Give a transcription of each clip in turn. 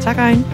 Tak, Ejn.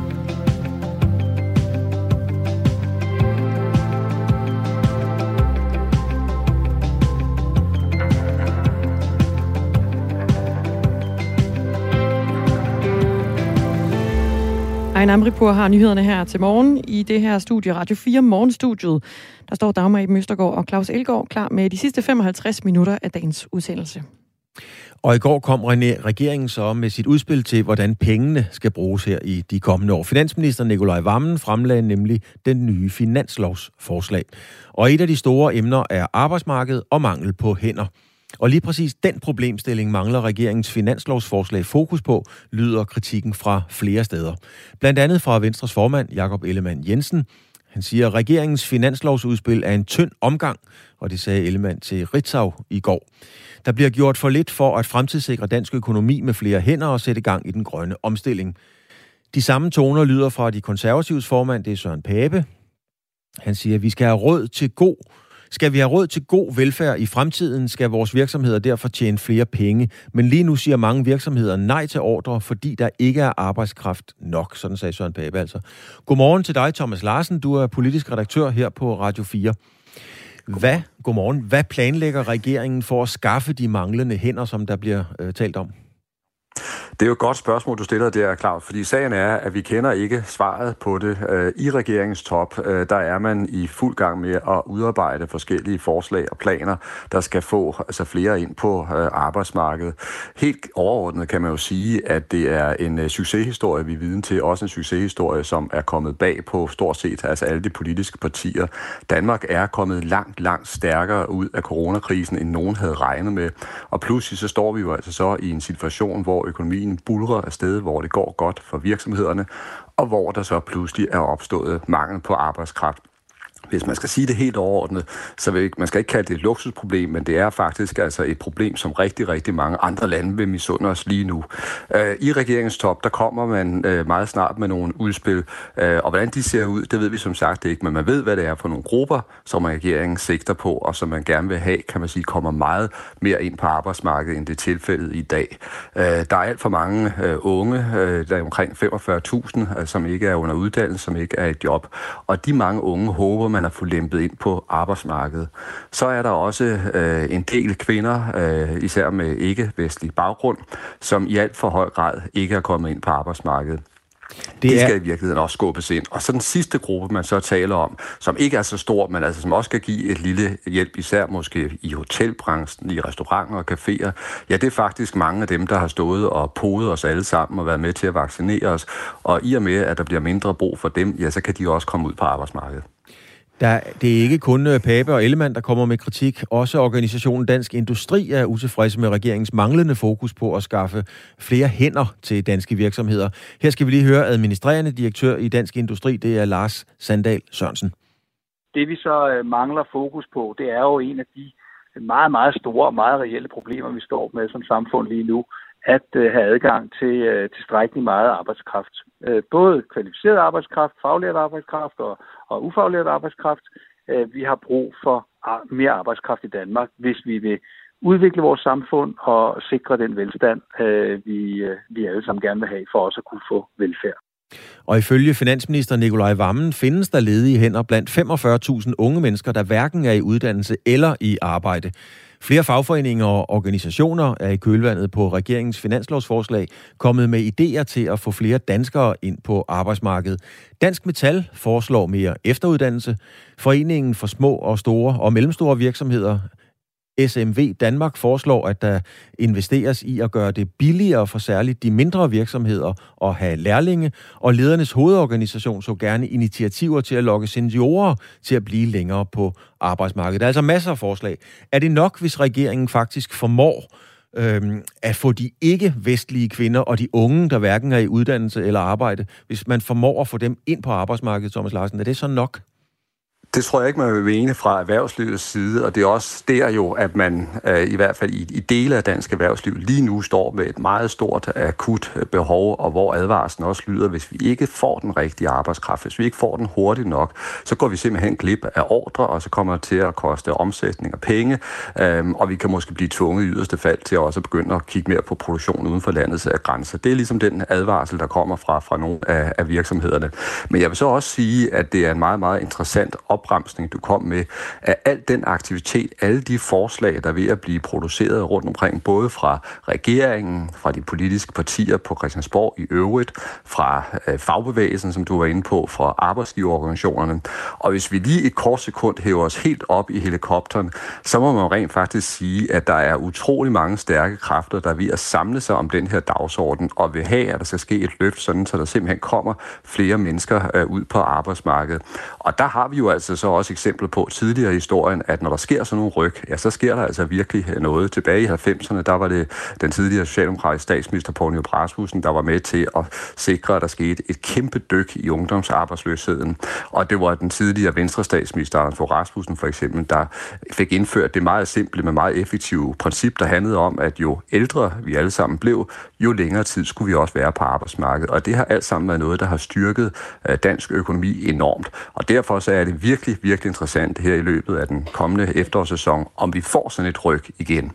Ejn Amripour har nyhederne her til morgen i det her studie, Radio 4 Morgenstudiet. Der står Dagmar Eben Østergaard og Claus Elgaard klar med de sidste 55 minutter af dagens udsendelse. Og i går kom regeringen så med sit udspil til, hvordan pengene skal bruges her i de kommende år. Finansminister Nicolai Wammen fremlagde nemlig den nye finanslovsforslag. Og et af de store emner er arbejdsmarkedet og mangel på hænder. Og lige præcis den problemstilling mangler regeringens finanslovsforslag fokus på, lyder kritikken fra flere steder. Blandt andet fra Venstres formand, Jakob Ellemann-Jensen. Han siger, at regeringens finanslovsudspil er en tynd omgang, og det sagde Ellemann til Ritzau i går. Der bliver gjort for lidt for at fremtidssikre dansk økonomi med flere hænder og sætte gang i den grønne omstilling. De samme toner lyder fra de konservatives formand, det er Søren Pape. Han siger, at vi skal have råd til god velfærd i fremtiden, skal vores virksomheder derfor tjene flere penge. Men lige nu siger mange virksomheder nej til ordre, fordi der ikke er arbejdskraft nok, sådan sagde Søren Pape altså. Godmorgen til dig, Thomas Larsen. Du er politisk redaktør her på Radio 4. Godmorgen. Hvad planlægger regeringen for at skaffe de manglende hænder, som der bliver talt om? Det er jo et godt spørgsmål, du stiller der, Claus, fordi sagen er, at vi kender ikke svaret på det. I regeringens top, der er man i fuld gang med at udarbejde forskellige forslag og planer, der skal få flere ind på arbejdsmarkedet. Helt overordnet kan man jo sige, at det er en succeshistorie, vi er viden til. Også en succeshistorie, som er kommet bag på stort set alle de politiske partier. Danmark er kommet langt stærkere ud af coronakrisen, end nogen havde regnet med. Og pludselig så står vi jo altså så i en situation, hvor økonomien buldrer afsted, hvor det går godt for virksomhederne, og hvor der så pludselig er opstået mangel på arbejdskraft. Hvis man skal sige det helt overordnet, så man skal ikke kalde det et luksusproblem, men det er faktisk altså et problem, som rigtig mange andre lande vil misunde os lige nu. I regeringens top, der kommer man meget snart med nogle udspil, og hvordan de ser ud, det ved vi som sagt ikke, men man ved, hvad det er for nogle grupper, som regeringen sigter på, og som man gerne vil have, kan man sige, kommer meget mere ind på arbejdsmarkedet, end det er tilfældet i dag. Der er alt for mange unge, der er omkring 45.000, som ikke er under uddannelse, som ikke er i job, og de mange unge håber man at få lempet ind på arbejdsmarkedet. Så er der også en del kvinder, især med ikke-vestlig baggrund, som i alt for høj grad ikke er kommet ind på arbejdsmarkedet. Det skal i virkeligheden også skubbes ind. Og så den sidste gruppe, man så taler om, som ikke er så stor, men altså som også kan give et lille hjælp, især måske i hotelbranchen, i restauranter og caféer. Ja, det er faktisk mange af dem, der har stået og podet os alle sammen og været med til at vaccinere os. Og i og med, at der bliver mindre brug for dem, ja, så kan de også komme ud på arbejdsmarkedet. Det er ikke kun Pape og Ellemann, der kommer med kritik. Også organisationen Dansk Industri er utilfredse med regeringens manglende fokus på at skaffe flere hænder til danske virksomheder. Her skal vi lige høre administrerende direktør i Dansk Industri, det er Lars Sandahl Sørensen. Det vi så mangler fokus på, det er jo en af de meget store og meget reelle problemer, vi står med som samfund lige nu, at have adgang til tilstrækkelig meget arbejdskraft. Både kvalificeret arbejdskraft, faglært arbejdskraft og ufaglært arbejdskraft. Vi har brug for mere arbejdskraft i Danmark, hvis vi vil udvikle vores samfund og sikre den velstand, vi alle sammen gerne vil have, for også at kunne få velfærd. Og ifølge finansminister Nicolai Wammen findes der ledige hænder blandt 45.000 unge mennesker, der hverken er i uddannelse eller i arbejde. Flere fagforeninger og organisationer er i kølvandet på regeringens finanslovsforslag kommet med idéer til at få flere danskere ind på arbejdsmarkedet. Dansk Metal foreslår mere efteruddannelse. Foreningen for små og store og mellemstore virksomheder, SMV Danmark, foreslår, at der investeres i at gøre det billigere for særligt de mindre virksomheder at have lærlinge, og ledernes hovedorganisation så gerne initiativer til at lokke seniorer til at blive længere på arbejdsmarkedet. Der er altså masser af forslag. Er det nok, hvis regeringen faktisk formår at få de ikke-vestlige kvinder og de unge, der hverken er i uddannelse eller arbejde, hvis man formår at få dem ind på arbejdsmarkedet, Thomas Larsen, er det så nok? Det tror jeg ikke, man vil mene fra erhvervslivets side, og det er også der jo, at man i hvert fald i dele af dansk erhvervsliv lige nu står med et meget stort akut behov, og hvor advarslen også lyder, hvis vi ikke får den rigtige arbejdskraft, hvis vi ikke får den hurtigt nok, så går vi simpelthen glip af ordre, og så kommer det til at koste omsætning og penge, og vi kan måske blive tvunget i yderste fald til også at begynde at kigge mere på produktion uden for landets grænser. Det er ligesom den advarsel, der kommer fra nogle af virksomhederne. Men jeg vil så også sige, at det er en meget, meget interessant opremsning, du kom med, af al den aktivitet, alle de forslag, der er ved at blive produceret rundt omkring, både fra regeringen, fra de politiske partier på Christiansborg i øvrigt, fra fagbevægelsen, som du var inde på, fra arbejdsgiverorganisationerne. Og hvis vi lige et kort sekund hæver os helt op i helikopteren, så må man rent faktisk sige, at der er utrolig mange stærke kræfter, der er ved at samle sig om den her dagsorden, og vil have, at der skal ske et løft, sådan så der simpelthen kommer flere mennesker ud på arbejdsmarkedet. Og der har vi jo altså så også eksempler på tidligere i historien, at når der sker sådan nogle ryk, ja, så sker der altså virkelig noget. Tilbage i 90'erne, der var det den tidligere socialdemokratiske statsminister Poul Nyrup Rasmussen, der var med til at sikre, at der skete et kæmpe dyk i ungdomsarbejdsløsheden. Og det var den tidligere Venstre statsminister Anders Fogh Rasmussen for eksempel, der fik indført det meget simple, men meget effektive princip, der handlede om, at jo ældre vi alle sammen blev, jo længere tid skulle vi også være på arbejdsmarkedet. Og det har alt sammen været noget, der har styrket dansk økonomi enormt. Og derfor så er det virkelig, virkelig interessant her i løbet af den kommende efterårssæson, om vi får sådan et ryk igen.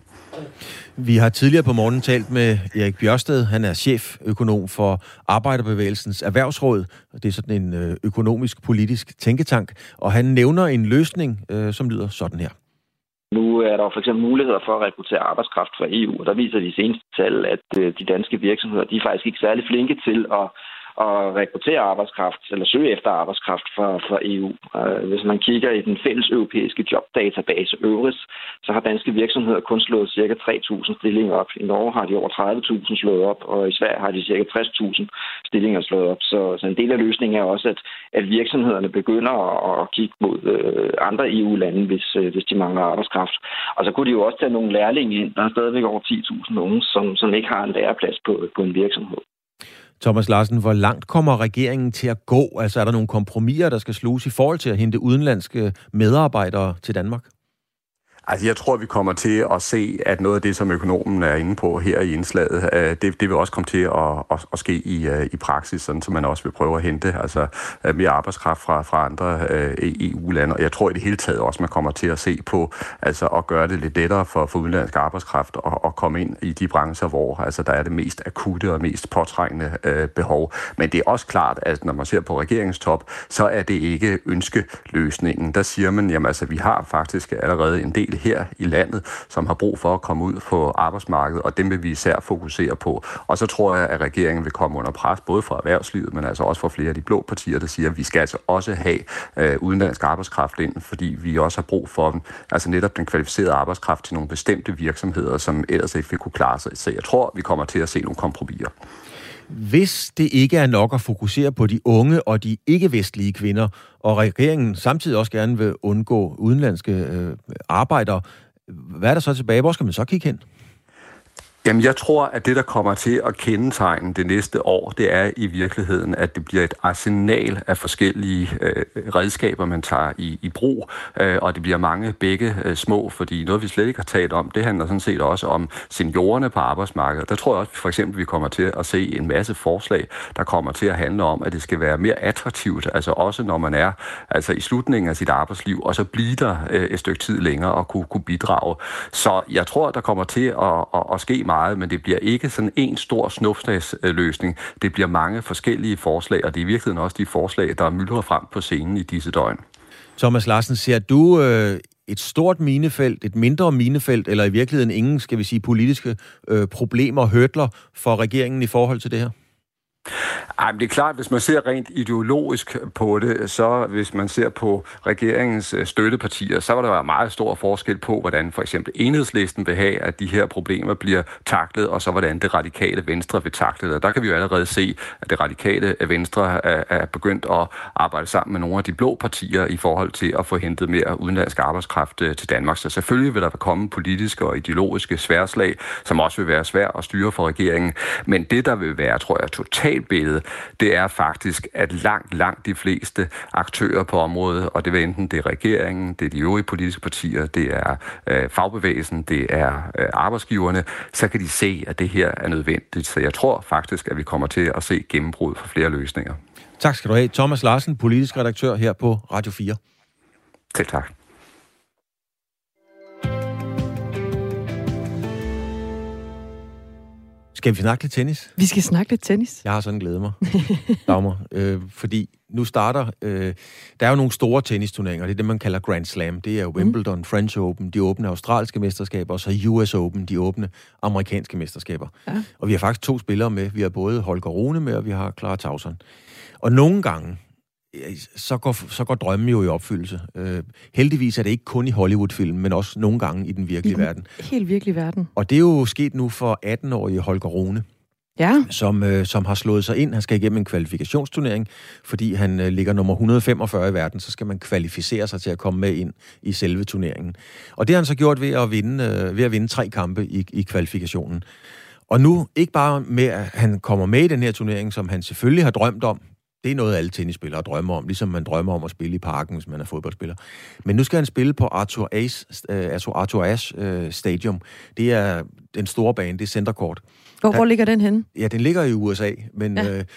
Vi har tidligere på morgenen talt med Erik Bjørsted. Han er cheføkonom for Arbejderbevægelsens Erhvervsråd. Det er sådan en økonomisk-politisk tænketank. Og han nævner en løsning, som lyder sådan her. Nu er der for eksempel muligheder for at rekruttere arbejdskraft fra EU, og der viser de seneste tal, at de danske virksomheder, de er faktisk ikke særlig flinke til at rekruttere arbejdskraft, eller søge efter arbejdskraft fra EU. Hvis man kigger i den fælles europæiske jobdatabase øvrigt, så har danske virksomheder kun slået ca. 3.000 stillinger op. I Norge har de over 30.000 slået op, og i Sverige har de ca. 60.000 stillinger slået op. Så en del af løsningen er også, at virksomhederne begynder at kigge mod andre EU-lande, hvis de mangler arbejdskraft. Og så kunne de jo også tage nogle lærlinge ind. Der er stadigvæk over 10.000 unge, som ikke har en læreplads på en virksomhed. Thomas Larsen, hvor langt kommer regeringen til at gå? Altså er der nogle kompromiser, der skal sluges i forhold til at hente udenlandske medarbejdere til Danmark? Altså, jeg tror, vi kommer til at se, at noget af det, som økonomen er inde på her i indslaget, det vil også komme til at ske i praksis, sådan så man også vil prøve at hente mere arbejdskraft fra andre EU-lande. Og jeg tror i det hele taget også, man kommer til at se på at gøre det lidt lettere for udenlandsk arbejdskraft at komme ind i de brancher, hvor der er det mest akutte og mest påtrængende behov. Men det er også klart, at når man ser på regeringstop, så er det ikke ønskeløsningen. Der siger man, jamen vi har faktisk allerede en del her i landet, som har brug for at komme ud på arbejdsmarkedet, og dem vil vi især fokusere på. Og så tror jeg, at regeringen vil komme under pres, både fra erhvervslivet, men også fra flere af de blå partier, der siger, at vi skal også have udenlandsk arbejdskraft ind, fordi vi også har brug for dem. Netop den kvalificerede arbejdskraft til nogle bestemte virksomheder, som ellers ikke vil kunne klare sig. Så jeg tror, vi kommer til at se nogle kompromiser. Hvis det ikke er nok at fokusere på de unge og de ikke-vestlige kvinder, og regeringen samtidig også gerne vil undgå udenlandske arbejdere, hvad er der så tilbage? Hvor skal man så kigge hen? Jamen, jeg tror, at det, der kommer til at kendetegne det næste år, det er i virkeligheden, at det bliver et arsenal af forskellige redskaber, man tager i brug, og det bliver mange begge små, fordi noget, vi slet ikke har talt om, det handler sådan set også om seniorerne på arbejdsmarkedet. Der tror jeg også, for eksempel, vi kommer til at se en masse forslag, der kommer til at handle om, at det skal være mere attraktivt, også når man er i slutningen af sit arbejdsliv, og så bliver der et stykke tid længere og kunne bidrage. Så jeg tror, der kommer til at ske meget, men det bliver ikke sådan en stor snupsnadsløsning. Det bliver mange forskellige forslag, og det er i virkeligheden også de forslag, der myldrer frem på scenen i disse døgn. Thomas Larsen, ser du et stort minefelt, et mindre minefelt, eller i virkeligheden ingen, skal vi sige, politiske problemer og hurdler for regeringen i forhold til det her? Ej, men det er klart, hvis man ser rent ideologisk på det, så hvis man ser på regeringens støttepartier, så vil der være meget stor forskel på, hvordan for eksempel Enhedslisten vil have, at de her problemer bliver taklet, og så hvordan det radikale Venstre vil takle det. Der kan vi jo allerede se, at det radikale Venstre er begyndt at arbejde sammen med nogle af de blå partier i forhold til at få hentet mere udenlandsk arbejdskraft til Danmark. Så selvfølgelig vil der komme politiske og ideologiske sværslag, som også vil være svært at styre for regeringen. Men det, der vil være, tror jeg, totalbilledet billede, det er faktisk, at langt de fleste aktører på området, og det er enten det er regeringen, det er de øvrige politiske partier, det er fagbevægelsen, det er arbejdsgiverne, så kan de se, at det her er nødvendigt. Så jeg tror faktisk, at vi kommer til at se gennembrud for flere løsninger. Tak skal du have. Thomas Larsen, politisk redaktør her på Radio 4. Selv tak. Skal vi snakke lidt tennis? Vi skal snakke lidt tennis. Jeg har sådan glædet mig, Dagmar, fordi nu starter... der er jo nogle store tennisturneringer, det er det, man kalder Grand Slam. Det er Wimbledon, French Open, de åbne australske mesterskaber, og så US Open, de åbne amerikanske mesterskaber. Ja. Og vi har faktisk 2 spillere med. Vi har både Holger Rune med, og vi har Clara Tauson. Og nogle gange, så går drømmen jo i opfyldelse. Heldigvis er det ikke kun i Hollywood-film, men også nogle gange i den virkelige verden. Helt virkelige verden. Og det er jo sket nu for 18-årige Holger Rune, ja. Som har slået sig ind. Han skal igennem en kvalifikationsturnering, fordi han ligger nummer 145 i verden, så skal man kvalificere sig til at komme med ind i selve turneringen. Og det har han så gjort ved at vinde 3 kampe i kvalifikationen. Og nu, ikke bare med, at han kommer med i den her turnering, som han selvfølgelig har drømt om. Det er noget, alle tennisspillere drømmer om, ligesom man drømmer om at spille i parken, hvis man er fodboldspiller. Men nu skal han spille på Arthur Ashe Stadium. Det er den store bane, det er center court. Hvor ligger den henne? Ja, den ligger i USA, men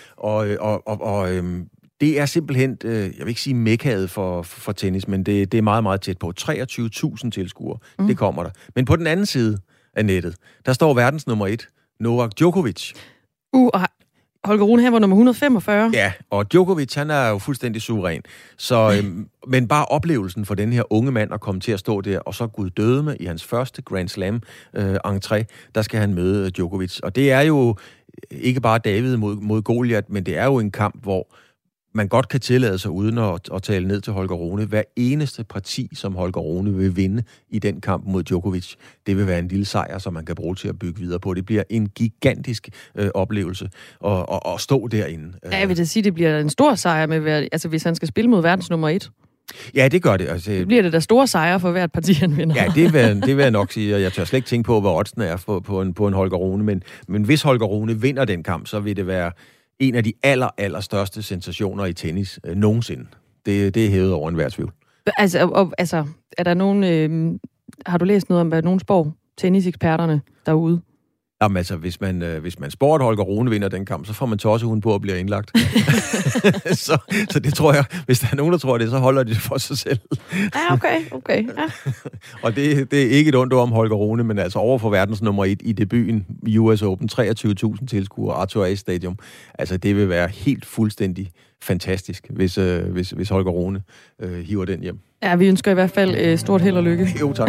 det er simpelthen, jeg vil ikke sige mekkaet for tennis, men det er meget, meget tæt på. 23.000 tilskuere, det kommer der. Men på den anden side af nettet, der står verdens nummer 1, Novak Djokovic. Og Holger Rune her var nummer 145. Ja, og Djokovic, han er jo fuldstændig suveræn. Så, men bare oplevelsen for den her unge mand at komme til at stå der, og så Gud døde med i hans første Grand Slam entré, der skal han møde Djokovic. Og det er jo ikke bare David mod Goliat, men det er jo en kamp, hvor man godt kan tillade sig uden at tale ned til Holger Rune. Hver eneste parti, som Holger Rune vil vinde i den kamp mod Djokovic, det vil være en lille sejr, som man kan bruge til at bygge videre på. Det bliver en gigantisk oplevelse at stå derinde. Ja, jeg vil da sige, det bliver en stor sejr, med, hvis han skal spille mod verdens nummer 1. Ja, det gør det. Altså, det bliver det der store sejre for hvert parti, han vinder. Ja, det vil jeg nok sige, og jeg tør slet ikke tænke på, hvad oddsene er på en Holger Rune. Men hvis Holger Rune vinder den kamp, så vil det være en af de allerstørste sensationer i tennis nogensinde. Det er hævet over enhver tvivl. Altså, er der nogen... har du læst noget om, hvad nogen spår tenniseksperterne derude? Jamen altså, hvis man spår, at Holger Rune vinder den kamp, så får man tossehund på at blive indlagt. så det tror jeg, hvis der er nogen, der tror det, så holder de det for sig selv. Ja, okay. Ja. Og det er ikke et ondt ord om Holger Rune, men altså over for verdens nummer 1 i debuten i US Open, 23.000 tilskuere, Arthur Ashe Stadium. Altså, det vil være helt fuldstændig fantastisk, hvis Holger Rune hiver den hjem. Ja, vi ønsker i hvert fald stort held og lykke. Jo, tak.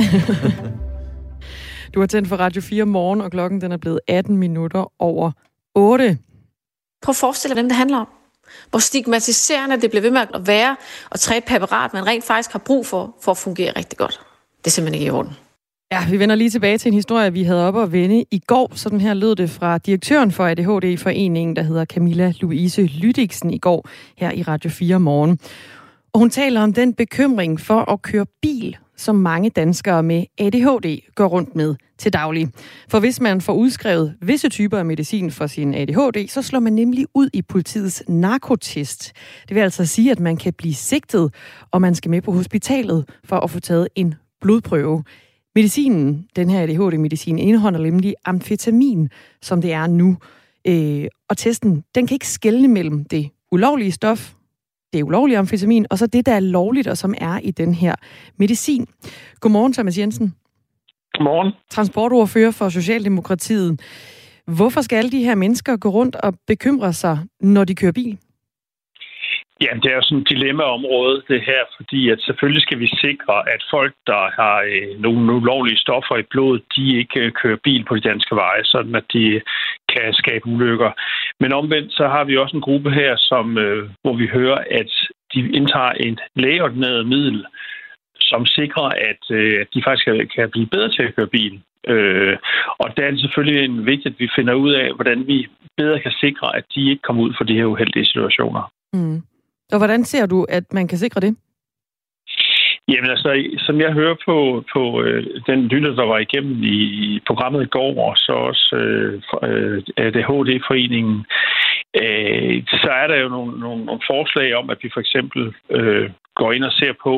Du har tændt for Radio 4 morgen, og klokken den er blevet 18 minutter over 8. Prøv at forestille dig, hvem det handler om. Hvor stigmatiserende det bliver ved med at være, og træde et præparat, man rent faktisk har brug for at fungere rigtig godt. Det er simpelthen ikke i orden. Ja, vi vender lige tilbage til en historie, vi havde oppe at vende i går. Sådan her lød det fra direktøren for ADHD-foreningen, der hedder Camilla Louise Lydiksen i går, her i Radio 4 morgen. Og hun taler om den bekymring for at køre bil, som mange danskere med ADHD går rundt med til daglig. For hvis man får udskrevet visse typer af medicin for sin ADHD, så slår man nemlig ud i politiets narkotest. Det vil altså sige, at man kan blive sigtet, og man skal med på hospitalet for at få taget en blodprøve. Medicinen, den her ADHD-medicin, indeholder nemlig amfetamin, som det er nu. Og testen, den kan ikke skelne mellem det ulovlige stof, det ulovlige amfetamin, og så det, der er lovligt, og som er i den her medicin. Godmorgen, Thomas Jensen. Godmorgen. Transportordfører for Socialdemokratiet. Hvorfor skal alle de her mennesker gå rundt og bekymre sig, når de kører bil? Ja, det er jo sådan et dilemmaområde, det her, fordi at selvfølgelig skal vi sikre, at folk, der har nogle ulovlige stoffer i blodet, de ikke kører bil på de danske veje, sådan at de kan skabe ulykker. Men omvendt, så har vi også en gruppe her, hvor vi hører, at de indtager et lægeordineret middel, som sikrer, at de faktisk kan blive bedre til at køre bil. Og der er det selvfølgelig vigtigt, at vi finder ud af, hvordan vi bedre kan sikre, at de ikke kommer ud for de her uheldige situationer. Mm. Og hvordan ser du, at man kan sikre det? Jamen altså, som jeg hører på den lytter, der var igennem i programmet i går, og så også ADHD-foreningen, Så er der jo nogle forslag om, at vi for eksempel går ind og ser på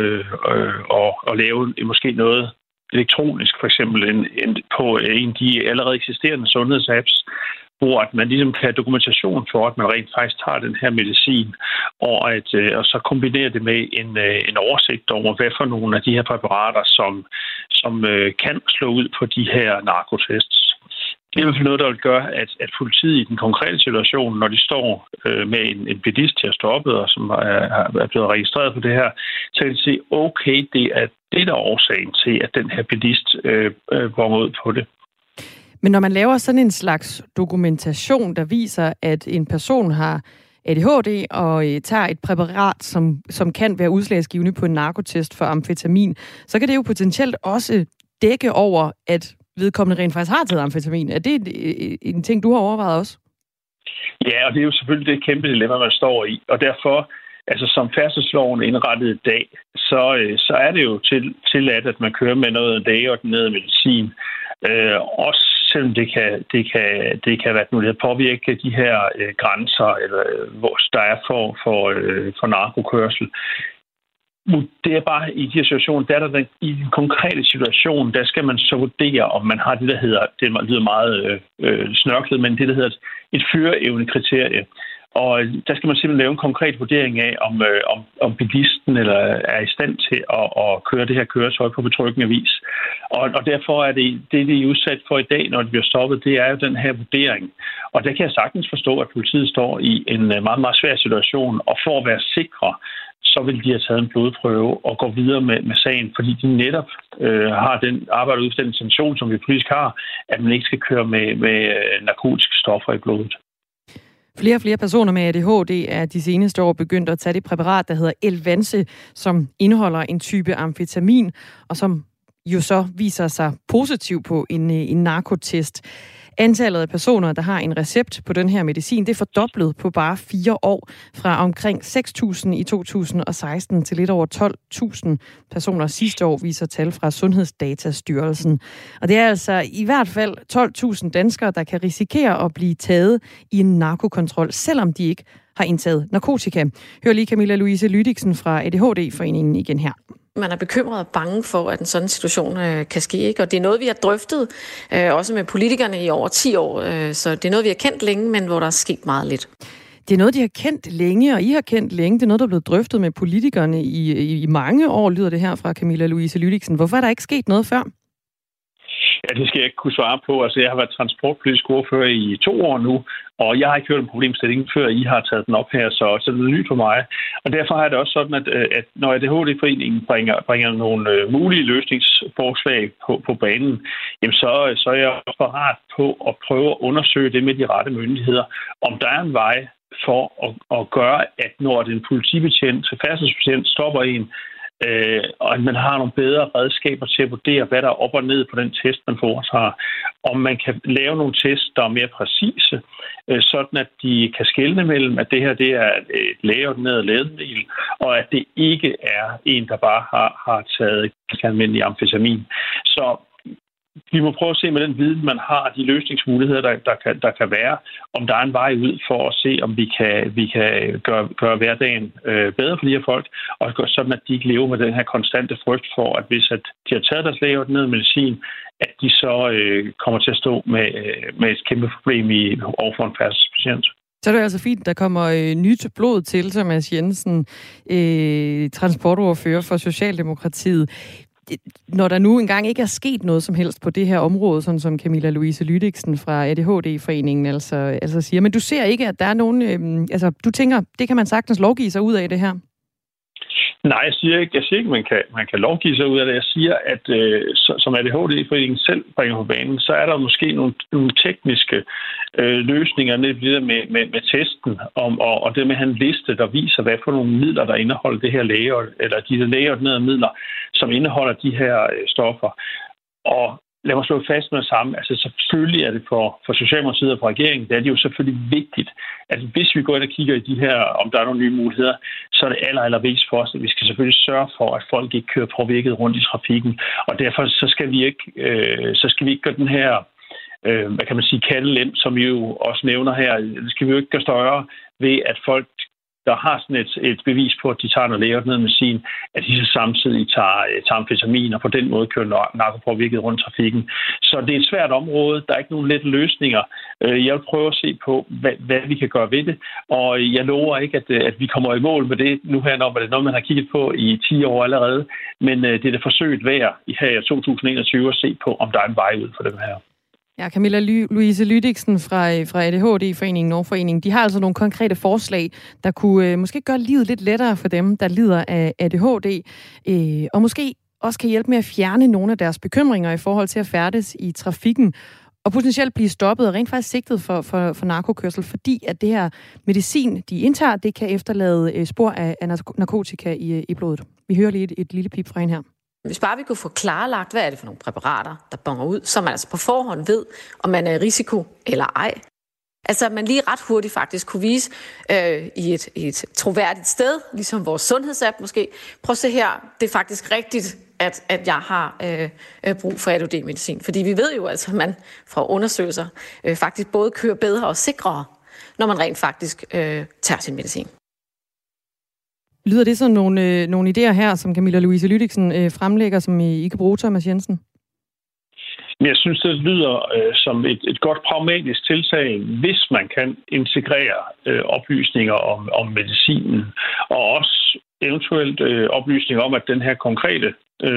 og lave måske noget elektronisk, for eksempel på en af de allerede eksisterende sundhedsapps, hvor at man ligesom kan have dokumentation for, at man rent faktisk tager den her medicin, og så kombinere det med en oversigt over, hvad for nogle af de her præparater, som kan slå ud på de her narkotests. Det er i hvert fald noget, der vil gøre, at politiet i den konkrete situation, når de står med en bilist til at stoppe, og som er blevet registreret på det her, så kan de se, okay, det er det, der er årsagen til, at den her bilist bonger ud på det. Men når man laver sådan en slags dokumentation, der viser, at en person har ADHD og tager et præparat, som kan være udslagsgivende på en narkotest for amfetamin, så kan det jo potentielt også dække over, at vedkommende rent faktisk har taget amfetamin. Er det en ting, du har overvejet også? Ja, og det er jo selvfølgelig det kæmpe dilemma, man står i. Og derfor, altså som færdselsloven indrettet i dag, så er det jo tilladt, at man kører med noget lægeordineret medicin. Også selvom det kan være noget, der påvirker de her grænser, eller hvor der er for narkokørsel. Det er bare i de her situationer, i den konkrete situation, der skal man så vurdere, om man har det, der hedder, det lyder meget snørklet, men det, der hedder et førerevnekriterie. Og der skal man simpelthen lave en konkret vurdering af, om bilisten eller er i stand til at køre det her køretøj på betryggende vis. Og derfor er det er udsat for i dag, når det bliver stoppet, det er jo den her vurdering. Og der kan jeg sagtens forstå, at politiet står i en meget, meget svær situation, og for at være sikre, så vil de have taget en blodprøve og gå videre med sagen, fordi de netop har den arbejde ud den intention, som vi politisk har, at man ikke skal køre med narkotiske stoffer i blodet. Flere og flere personer med ADHD er de seneste år begyndt at tage det præparat, der hedder Elvanse, som indeholder en type amfetamin, og som jo så viser sig positiv på en narkotest. Antallet af personer, der har en recept på den her medicin, det er fordoblet på bare 4 år, fra omkring 6.000 i 2016 til lidt over 12.000 personer sidste år, viser tal fra Sundhedsdatastyrelsen. Og det er altså i hvert fald 12.000 danskere, der kan risikere at blive taget i en narkokontrol, selvom de ikke har indtaget narkotika. Hør lige Camilla Louise Lydiksen fra ADHD-foreningen igen her. Man er bekymret og bange for, at en sådan situation kan ske, ikke? Og det er noget, vi har drøftet, også med politikerne i over 10 år. Så det er noget, vi har kendt længe, men hvor der er sket meget lidt. Det er noget, de har kendt længe, og I har kendt længe. Det er noget, der er blevet drøftet med politikerne i mange år, lyder det her fra Camilla Louise Lydiksen. Hvorfor er der ikke sket noget før? Ja, det skal jeg ikke kunne svare på. Altså, jeg har været transportpolitisk ordfører i 2 år nu, og jeg har ikke hørt en problemstilling, før I har taget den op her, så det er nyt for mig. Og derfor er det også sådan, at når ADHD-foreningen bringer nogle mulige løsningsforslag på banen, jamen så er jeg også parat på at prøve at undersøge det med de rette myndigheder, om der er en vej for at gøre, at når den politibetjent, færdselsbetjent stopper en, og at man har nogle bedre redskaber til at vurdere, hvad der er op og ned på den test, man foretager. Om man kan lave nogle tests, der er mere præcise, sådan at de kan skelne mellem, at det her det er et lægeordineret lægemiddel, og at det ikke er en, der bare har taget almindelig amfetamin. Så vi må prøve at se med den viden, man har, de løsningsmuligheder, der kan være, om der er en vej ud for at se, om vi kan gøre hverdagen bedre for de her folk, og sådan, at de ikke lever med den her konstante frygt for, at hvis at de har taget deres lægeordineret medicin, at de så kommer til at stå med et kæmpe problem overfor en færdselsbetjent. Så er det altså fint, der kommer nyt blod til, Thomas Jensen, transportordfører for Socialdemokratiet. Når der nu engang ikke er sket noget som helst på det her område, sådan som Camilla Louise Lydiksen fra ADHD-foreningen altså siger, men du ser ikke, at der er nogen, du tænker, det kan man sagtens lovgive sig ud af det her? Nej, jeg siger ikke, man kan lovgive sig ud af det. Jeg siger, at som ADHD-foreningen selv bringer på banen, så er der måske nogle tekniske løsninger med testen, og det med at have en liste, der viser, hvad for nogle midler, der indeholder det her de lægeordinerede midler, som indeholder de her stoffer. Og lad mig slå fast med det samme. Altså selvfølgelig er det for Socialdemokratiet og for regeringen, det er det jo selvfølgelig vigtigt, at hvis vi går ind og kigger i de her, om der er nogle nye muligheder, så er det allervigtigst for os, at vi skal selvfølgelig sørge for, at folk ikke kører påvirket rundt i trafikken. Og derfor så skal vi ikke gøre den her hvad kan man sige, kattelem, som I jo også nævner her. Det skal vi jo ikke gøre større ved, at folk, der har sådan et bevis på, at de tager noget lægemedicin, at de så samtidig tager amfetamin og på den måde kører narkopåvirket rundt trafikken. Så det er et svært område. Der er ikke nogen lette løsninger. Jeg vil prøve at se på, hvad vi kan gøre ved det. Og jeg lover ikke, at vi kommer i mål med det nu her, når det er noget, man har kigget på i 10 år allerede. Men det er det forsøget værd i her 2021 at se på, om der er en vej ud for dem her. Ja, Camilla Louise Lydiksen fra ADHD-foreningen Nordforeningen, de har altså nogle konkrete forslag, der kunne måske gøre livet lidt lettere for dem, der lider af ADHD, og måske også kan hjælpe med at fjerne nogle af deres bekymringer i forhold til at færdes i trafikken, og potentielt blive stoppet og rent faktisk sigtet for narkokørsel, fordi at det her medicin, de indtager, det kan efterlade spor af narkotika i blodet. Vi hører lige et lille pip fra hende her. Hvis bare vi kunne få klarlagt, hvad er det for nogle præparater, der bonger ud, så man altså på forhånd ved, om man er i risiko eller ej. Altså, at man lige ret hurtigt faktisk kunne vise i et troværdigt sted, ligesom vores sundhedsapp måske. Prøv at se her, det er faktisk rigtigt, at jeg har brug for ADHD-medicin. Fordi vi ved jo altså, at man fra undersøgelser faktisk både kører bedre og sikrere, når man rent faktisk tager sin medicin. Lyder det sådan nogle idéer her, som Camilla Louise Lydiksen fremlægger, som I kan bruge, Thomas Jensen? Jeg synes, det lyder som et godt pragmatisk tiltag, hvis man kan integrere oplysninger om medicinen, og også eventuelt oplysninger om, at den her konkrete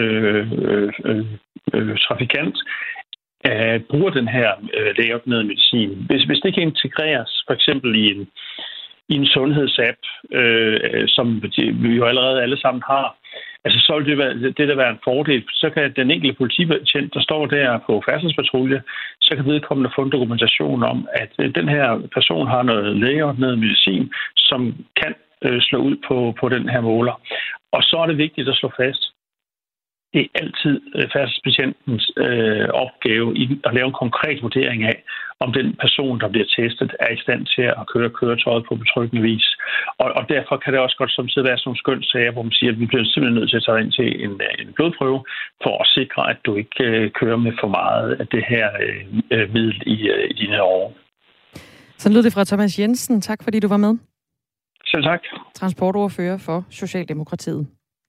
trafikant bruger den her lægeordineret medicin. Hvis det kan integreres for eksempel i en sundhedsapp, som vi jo allerede alle sammen har, altså så vil det der være en fordel. Så kan den enkelte politibetjent, der står der på færdselspatrulje, så kan vedkommende få en dokumentation om, at den her person har noget lægeordineret medicin, som kan slå ud på den her måler. Og så er det vigtigt at slå fast, det er altid færdselsbetjentens opgave at lave en konkret vurdering af, om den person, der bliver testet, er i stand til at køre køretøjet på betryggende vis. Og derfor kan det også godt samtidig være sådan nogle skønssager, hvor man siger, at vi bliver simpelthen nødt til at tage ind til en blodprøve, for at sikre, at du ikke kører med for meget af det her middel i dine her år. Så lød det fra Thomas Jensen. Tak fordi du var med. Selv tak. Transportordfører for Socialdemokratiet.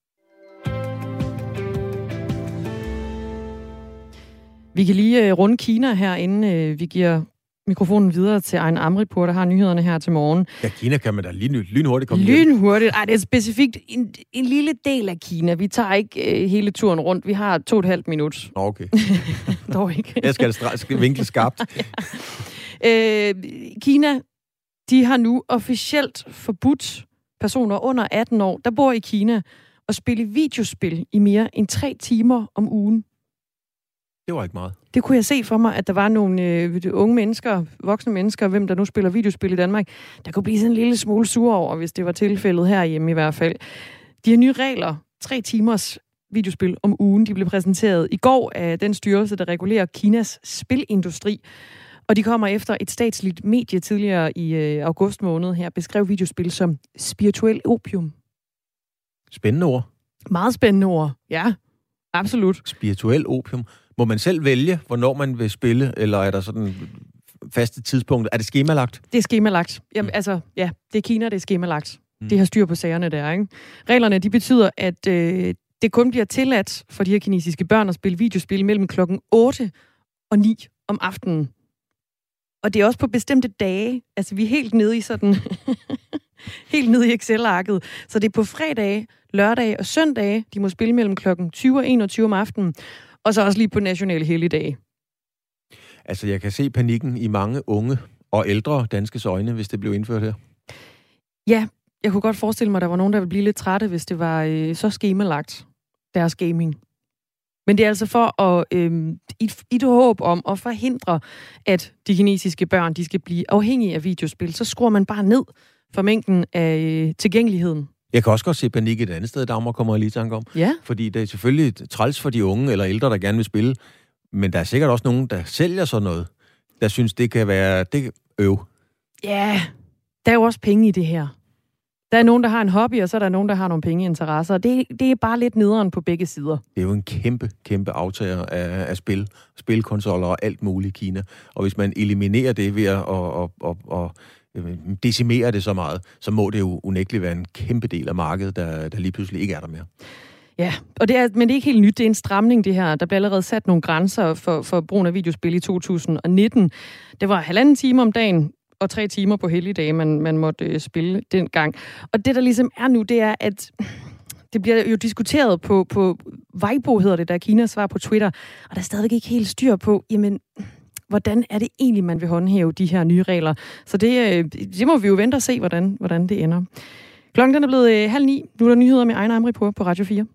Vi kan lige runde Kina her, inden vi giver mikrofonen videre til Ejn Amripour, der har nyhederne her til morgen. Ja, Kina kan man da lynhurtigt komme Lynhurtigt? Ej, det er specifikt en lille del af Kina. Vi tager ikke hele turen rundt. Vi har 2,5 minutter. Okay. Dog ikke. Jeg skal vinkle skarpt. Ja. Kina, de har nu officielt forbudt personer under 18 år, der bor i Kina, at spille videospil i mere end 3 timer om ugen. Det var ikke meget. Det kunne jeg se for mig, at der var nogle unge mennesker, voksne mennesker, hvem der nu spiller videospil i Danmark, der kunne blive sådan en lille smule sure over, hvis det var tilfældet herhjemme i hvert fald. De her nye regler, 3 timers videospil om ugen, de blev præsenteret i går af den styrelse, der regulerer Kinas spilindustri. Og de kommer efter et statsligt medie tidligere i august måned her, beskrev videospil som spirituel opium. Spændende ord. Meget spændende ord, ja. Absolut. Spirituel opium. Må man selv vælge, hvornår man vil spille, eller er der sådan faste tidspunkter? Er det skemalagt? Det er skemalagt. Jamen, altså, ja, det er Kina, det er skemalagt. Det har styr på sagerne der, ikke? Reglerne, de betyder, at det kun bliver tilladt for de her kinesiske børn at spille videospil mellem klokken 8 og 9 om aftenen. Og det er også på bestemte dage. Altså, vi er helt nede i sådan... helt nede i Excel-arket. Så det er på fredage, lørdage og søndage, de må spille mellem klokken 20 og 21 om aftenen. Og så også lige på nationale helligdage. Altså, jeg kan se panikken i mange unge og ældre danskes øjne, hvis det blev indført her. Ja, jeg kunne godt forestille mig, at der var nogen, der ville blive lidt trætte, hvis det var så skemalagt, deres gaming. Men det er altså for at i et håb om at forhindre, at de kinesiske børn de skal blive afhængige af videospil. Så skruer man bare ned for mængden af tilgængeligheden. Jeg kan også godt se panik et andet sted, Dagmar kommer jeg lige tanke om. Ja. Fordi det er selvfølgelig træls for de unge eller ældre, der gerne vil spille. Men der er sikkert også nogen, der sælger sådan noget, der synes, det kan være øv. Ja, der er jo også penge i det her. Der er nogen, der har en hobby, og så er der nogen, der har nogle pengeinteresser. Det er bare lidt nederen på begge sider. Det er jo en kæmpe aftager af spilkonsoller og alt muligt i Kina. Og hvis man eliminerer det ved at decimere det så meget, så må det jo unægteligt være en kæmpe del af markedet, der lige pludselig ikke er der mere. Ja, men det er ikke helt nyt. Det er en stramning, det her. Der blev allerede sat nogle grænser for brugen af videospil i 2019. Det var 1,5 time om dagen og 3 timer på helligdage, man måtte spille dengang. Og det, der ligesom er nu, det er, at det bliver jo diskuteret på Weibo, hedder det, der er Kinas svar på Twitter, og der er stadigvæk ikke helt styr på, jamen, hvordan er det egentlig, man vil håndhæve de her nye regler? Så det må vi jo vente og se, hvordan det ender. Klokken den er blevet 8:30. Nu er der nyheder med Ejner Amripur på Radio 4.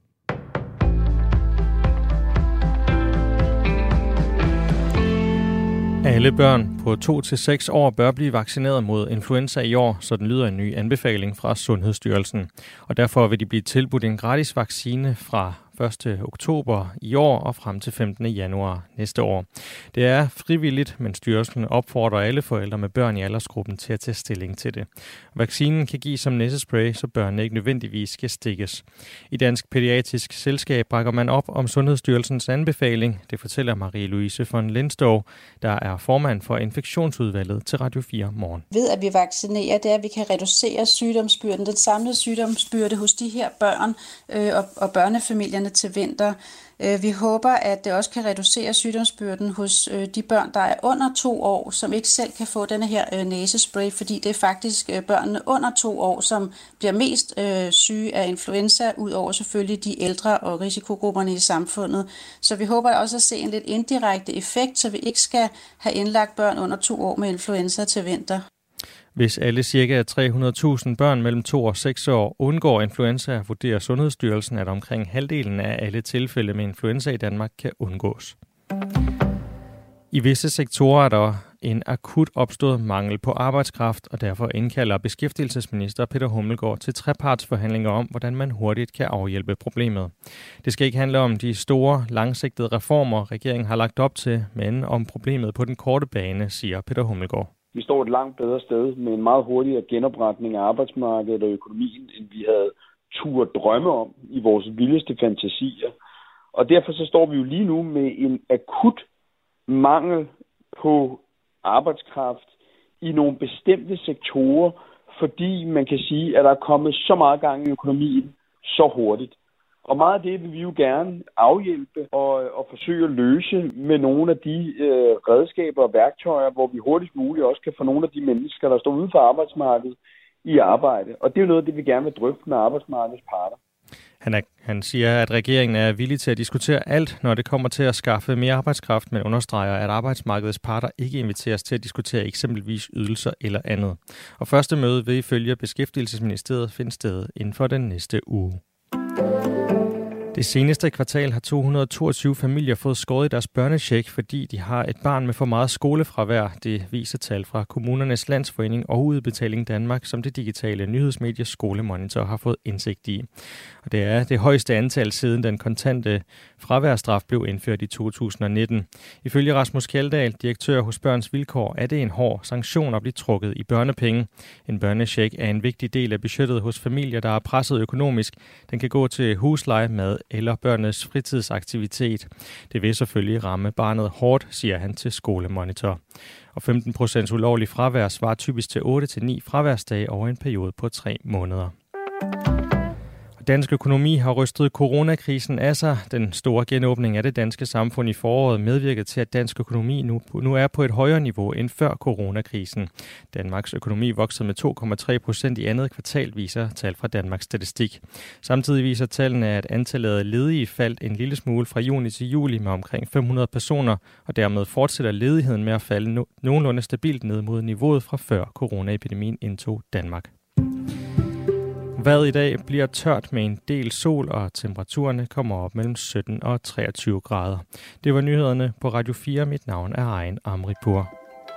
Alle børn på 2-6 år bør blive vaccineret mod influenza i år, så den lyder en ny anbefaling fra Sundhedsstyrelsen. Og derfor vil de blive tilbudt en gratis vaccine fra 1. oktober i år og frem til 15. januar næste år. Det er frivilligt, men styrelsen opfordrer alle forældre med børn i aldersgruppen til at tage stilling til det. Vaccinen kan gives som næsespray, så børnene ikke nødvendigvis skal stikkes. I Dansk Pædiatrisk Selskab bakker man op om Sundhedsstyrelsens anbefaling. Det fortæller Marie-Louise von Lindstow, der er formand for infektionsudvalget til Radio 4 Morgen. Ved at vi vaccinerer, det er, at vi kan reducere sygdomsbyrden, den samlede sygdomsbyrde hos de her børn og børnefamilierne til vinter. Vi håber, at det også kan reducere sygdomsbyrden hos de børn, der er under 2 år, som ikke selv kan få denne her næsespray, fordi det er faktisk børnene under 2 år, som bliver mest syge af influenza, udover selvfølgelig de ældre og risikogrupperne i samfundet. Så vi håber også at se en lidt indirekte effekt, så vi ikke skal have indlagt børn under 2 år med influenza til vinter. Hvis alle ca. 300.000 børn mellem 2 og 6 år undgår influenza, vurderer Sundhedsstyrelsen, at omkring halvdelen af alle tilfælde med influenza i Danmark kan undgås. I visse sektorer er der en akut opstået mangel på arbejdskraft, og derfor indkalder beskæftigelsesminister Peter Hummelgaard til trepartsforhandlinger om, hvordan man hurtigt kan afhjælpe problemet. Det skal ikke handle om de store, langsigtede reformer, regeringen har lagt op til, men om problemet på den korte bane, siger Peter Hummelgaard. Vi står et langt bedre sted med en meget hurtigere genopretning af arbejdsmarkedet og økonomien, end vi havde turde drømme om i vores vildeste fantasier. Og derfor så står vi jo lige nu med en akut mangel på arbejdskraft i nogle bestemte sektorer, fordi man kan sige, at der er kommet så meget gang i økonomien så hurtigt. Og meget af det vil vi jo gerne afhjælpe og forsøge at løse med nogle af de redskaber og værktøjer, hvor vi hurtigst muligt også kan få nogle af de mennesker, der står uden for arbejdsmarkedet, i arbejde. Og det er jo noget af det, vi gerne vil drøfte med arbejdsmarkedets parter. Han siger, at regeringen er villig til at diskutere alt, når det kommer til at skaffe mere arbejdskraft, men understreger, at arbejdsmarkedets parter ikke inviteres til at diskutere eksempelvis ydelser eller andet. Og første møde vil ifølge Beskæftigelsesministeriet finde sted inden for den næste uge. Det seneste kvartal har 222 familier fået skåret i deres børnecheck, fordi de har et barn med for meget skolefravær. Det viser tal fra Kommunernes Landsforening og Udbetaling Danmark, som det digitale nyhedsmedie Skolemonitor har fået indsigt i. Og det er det højeste antal siden den kontante fraværstraf blev indført i 2019. Ifølge Rasmus Kjeldahl, direktør hos Børns Vilkår, er det en hård sanktion at blive trukket i børnepenge. En børnecheck er en vigtig del af budgettet hos familier, der er presset økonomisk. Den kan gå til husleje, mad eller børnenes fritidsaktivitet. Det vil selvfølgelig ramme barnet hårdt, siger han til Skolemonitor. Og 15% ulovlig fravær svarer typisk til 8-9 fraværsdage over en periode på 3 måneder. Dansk økonomi har rystet coronakrisen af sig. Den store genåbning af det danske samfund i foråret medvirkede til, at dansk økonomi nu er på et højere niveau end før coronakrisen. Danmarks økonomi voksede med 2,3% i andet kvartal, viser tal fra Danmarks Statistik. Samtidig viser tallene, at antallet af ledige faldt en lille smule fra juni til juli med omkring 500 personer, og dermed fortsætter ledigheden med at falde nogenlunde stabilt ned mod niveauet fra før coronaepidemien indtog Danmark. Vejret i dag bliver tørt med en del sol, og temperaturerne kommer op mellem 17 og 23 grader. Det var nyhederne på Radio 4. Mit navn er Ejner Amripur.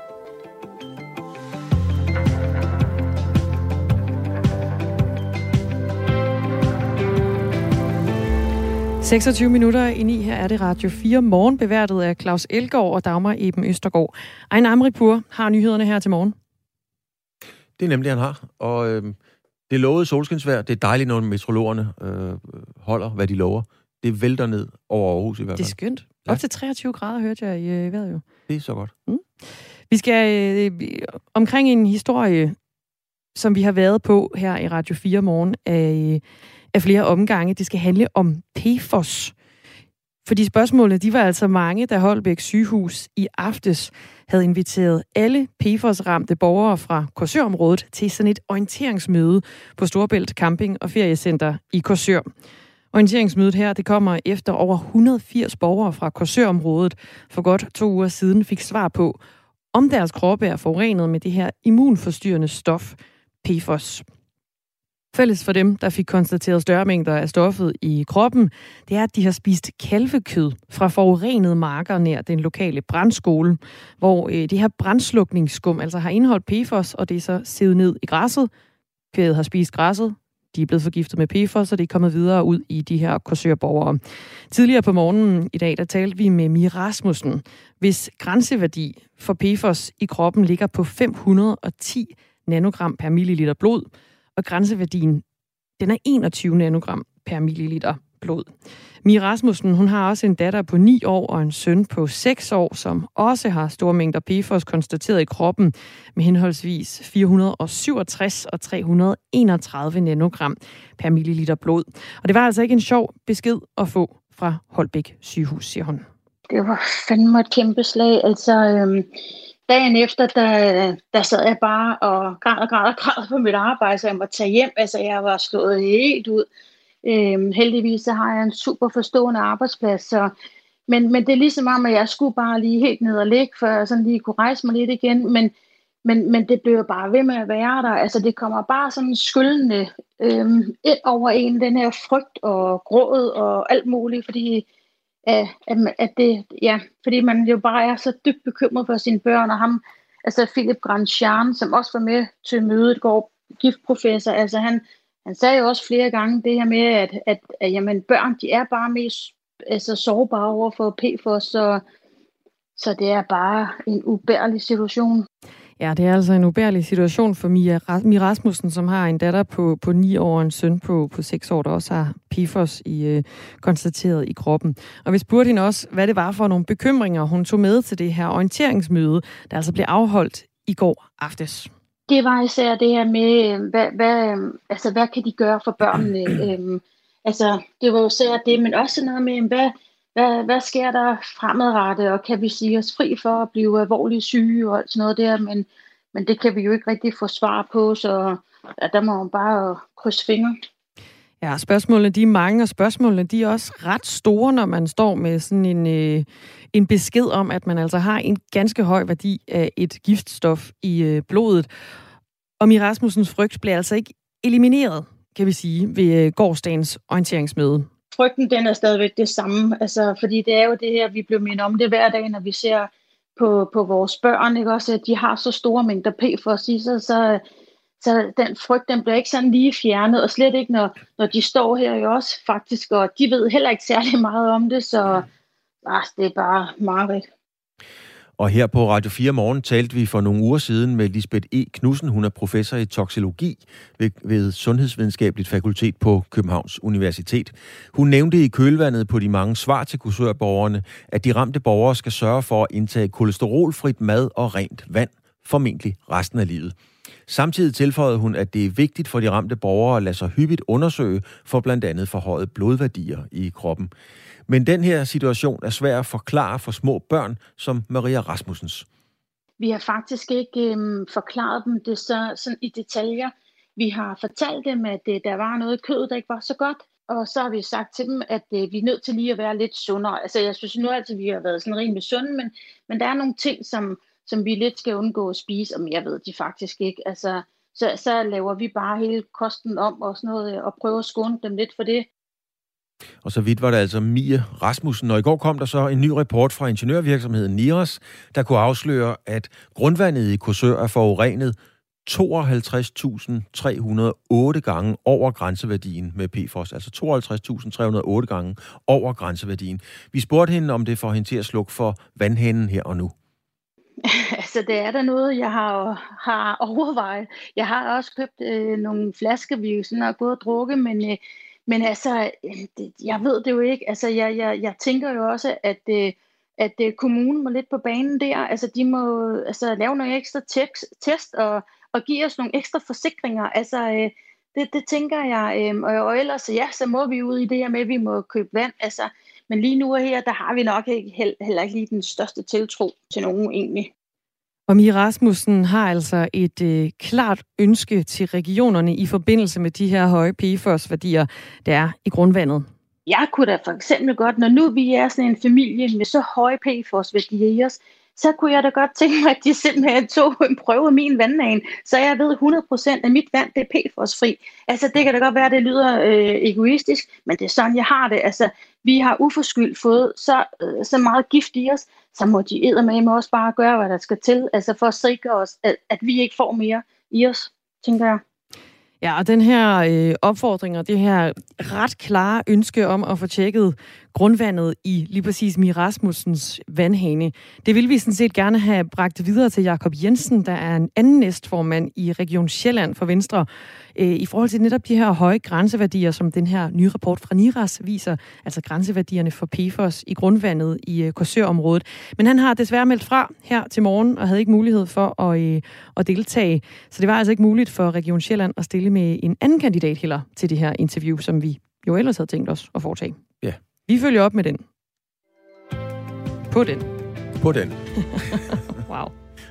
(26:09) her er det Radio 4 Morgen, beværtet af Claus Elgaard og Dagmar Eben Østergaard. Ejner Amripur har nyhederne her til morgen. Det er nemlig, han har, og Det lovede solskinsvejr. Det er dejligt, når meteorologerne holder, hvad de lover. Det vælter ned over Aarhus i hvert fald. Det er skønt. Ja. Op til 23 grader hørte jeg i vejret jo. Det er så godt. Vi skal omkring en historie, som vi har været på her i Radio 4 Morgen af flere omgange. Det skal handle om PFOS. Fordi spørgsmålene, de var altså mange, da Holbæk Sygehus i aftes havde inviteret alle PFOS-ramte borgere fra Korsørområdet til sådan et orienteringsmøde på Storebælt Camping og Feriecenter i Korsør. Orienteringsmødet her, det kommer efter over 180 borgere fra Korsørområdet for godt 2 uger siden fik svar på, om deres kroppe er forurenet med det her immunforstyrrende stof, PFOS. Fælles for dem, der fik konstateret større mængder af stoffet i kroppen, det er, at de har spist kalvekød fra forurenede marker nær den lokale brandskole, hvor det her brandslukningsskum altså har indeholdt PFOS, og det er så sivet ned i græsset. Kvæget har spist græsset. De er blevet forgiftet med PFOS, og det er kommet videre ud i de her Korsørborgere. Tidligere på morgenen i dag, der talte vi med Mie Rasmussen, hvis grænseværdi for PFOS i kroppen ligger på 510 nanogram per milliliter blod, og grænseværdien, den er 21 nanogram per milliliter blod. Mie Rasmussen, hun har også en datter på 9 år og en søn på 6 år, som også har store mængder PFOS konstateret i kroppen med henholdsvis 467 og 331 nanogram per milliliter blod. Og det var altså ikke en sjov besked at få fra Holbæk Sygehus, siger hun. Det var fandme et kæmpe slag. Dagen efter, der sad jeg bare og græd på mit arbejde, så jeg måtte tage hjem. Jeg var slået helt ud. Heldigvis så har jeg en super forstående arbejdsplads, men det er ligesom om, at jeg skulle bare lige helt ned og ligge, for jeg sådan lige kunne rejse mig lidt igen, men det blev bare ved med at være der. Det kommer bare sådan skyldende ind over en, den her frygt og gråd og alt muligt, fordi fordi man jo bare er så dybt bekymret for sine børn, og ham, Philip Grandjean, som også var med til mødet i går, giftprofessor, han sagde jo også flere gange det her med, at jamen, børn, de er bare mest sårbare over for PFOS, så det er bare en ubærlig situation. Ja, det er altså en ubærlig situation for Mie Rasmussen, som har en datter på 9 år og en søn på 6 år, der også har PFOS konstateret i kroppen. Og vi spurgte hende også, hvad det var for nogle bekymringer, hun tog med til det her orienteringsmøde, der altså blev afholdt i går aftes. Det var især det her med, hvad kan de gøre for børnene? Det var jo især det, men også noget med, hvad sker der fremadrettet, og kan vi sige os fri for at blive alvorligt syge og alt sådan noget der, men det kan vi jo ikke rigtig få svar på, så der må man bare krydse fingre. Ja, spørgsmålene de er mange, og spørgsmålene de er også ret store, når man står med sådan en besked om, at man altså har en ganske høj værdi af et giftstof i blodet. Og Mie Rasmussens frygt blev altså ikke elimineret, kan vi sige, ved gårsdagens orienteringsmøde. Frygten, den er stadigvæk det samme, fordi det er jo det her, vi bliver mindet om det hver dag, når vi ser på vores børn, ikke også, at de har så store mængder PFOS i sig, så den frygt, den bliver ikke sådan lige fjernet, og slet ikke, når de står her jo også faktisk, og de ved heller ikke særlig meget om det, så det er bare meget. Og her på Radio 4 Morgen talte vi for nogle uger siden med Lisbeth E. Knudsen. Hun er professor i toksologi ved Sundhedsvidenskabeligt Fakultet på Københavns Universitet. Hun nævnte i kølvandet på de mange svar til Korsørborgerne, at de ramte borgere skal sørge for at indtage kolesterolfrit mad og rent vand, formentlig resten af livet. Samtidig tilføjede hun, at det er vigtigt for de ramte borgere at lade sig hyppigt undersøge for blandt andet forhøjet blodværdier i kroppen. Men den her situation er svær at forklare for små børn som Maria Rasmussens. Vi har faktisk ikke forklaret dem det sådan i detaljer. Vi har fortalt dem, at der var noget kød, der ikke var så godt. Og så har vi sagt til dem, at vi er nødt til lige at være lidt sundere. Jeg synes nu altid, at vi har været sådan rimelig sunde, men der er nogle ting, som vi lidt skal undgå at spise, og jeg ved de faktisk ikke. Så laver vi bare hele kosten om og sådan noget, og prøver at skåne dem lidt for det. Og så vidt var det altså Mie Rasmussen. Og i går kom der så en ny rapport fra ingeniørvirksomheden Niras, der kunne afsløre, at grundvandet i Korsør er forurenet 52.308 gange over grænseværdien med PFOS. Altså 52.308 gange over grænseværdien. Vi spurgte hende, om det får hende til at slukke for vandhanen her og nu. Altså, det er der noget, jeg har overvejet. Jeg har også købt nogle flasker, vi sådan har gået og drukket, men altså, jeg ved det jo ikke. Altså, jeg tænker jo også, at kommunen må lidt på banen der. Altså, de må lave nogle ekstra test og give os nogle ekstra forsikringer. Altså, det tænker jeg. Og ellers, ja, så må vi ud i det her med, at vi må købe vand. Altså, men lige nu og her, der har vi nok heller ikke lige den største tiltro til nogen egentlig. Og Mie Rasmussen har altså et klart ønske til regionerne i forbindelse med de her høje PFOS-værdier, der er i grundvandet. Jeg kunne da for eksempel godt, når nu vi er sådan en familie med så høje PFOS-værdier i os, så kunne jeg da godt tænke mig, at de simpelthen tog en prøve af min vandmane, så jeg ved 100% af mit vand, det er PFOS-fri. Altså, det kan da godt være, at det lyder egoistisk, men det er sådan, jeg har det. Altså, vi har uforskyldt fået så meget gift i os, så må de eddermame også bare gøre, hvad der skal til, altså for at sikre os, at vi ikke får mere i os, tænker jeg. Ja, og den her opfordring og det her ret klare ønske om at få tjekket grundvandet i lige præcis Mie Rasmussens vandhane, det vil vi sådan set gerne have bragt videre til Jakob Jensen, der er en anden næstformand i Region Sjælland for Venstre, i forhold til netop de her høje grænseværdier, som den her nye rapport fra NIRAS viser, altså grænseværdierne for PFOS i grundvandet i Korsør-området. Men han har desværre meldt fra her til morgen og havde ikke mulighed for at deltage. Så det var altså ikke muligt for Region Sjælland at stille med en anden kandidat heller til det her interview, som vi jo ellers havde tænkt os at foretage. Ja. Vi følger op med den. På den. Wow.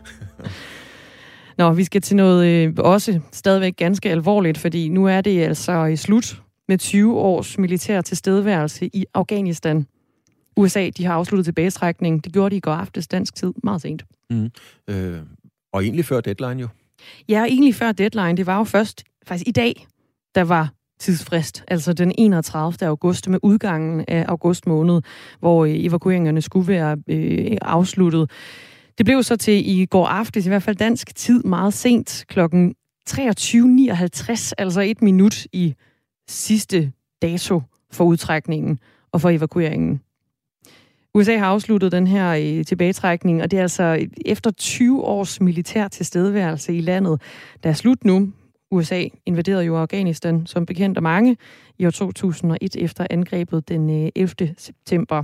Nå, vi skal til noget også stadigvæk ganske alvorligt, fordi nu er det altså slut med 20 års militær tilstedeværelse i Afghanistan. USA, de har afsluttet tilbagetrækning. Det gjorde de i går aftes dansk tid, meget sent. Og egentlig før deadline jo. Ja, egentlig før deadline. Det var jo først faktisk i dag, der var tidsfrist, altså den 31. august med udgangen af august måned, hvor evakueringerne skulle være afsluttet. Det blev så til i går aftes, i hvert fald dansk tid, meget sent, klokken 23.59, altså 1 minut i sidste dato for udtrækningen og for evakueringen. USA har afsluttet den her tilbagetrækning, og det er altså efter 20 års militær tilstedeværelse i landet, der er slut nu. USA invaderede jo Afghanistan som bekendt af mange i år 2001 efter angrebet den 11. september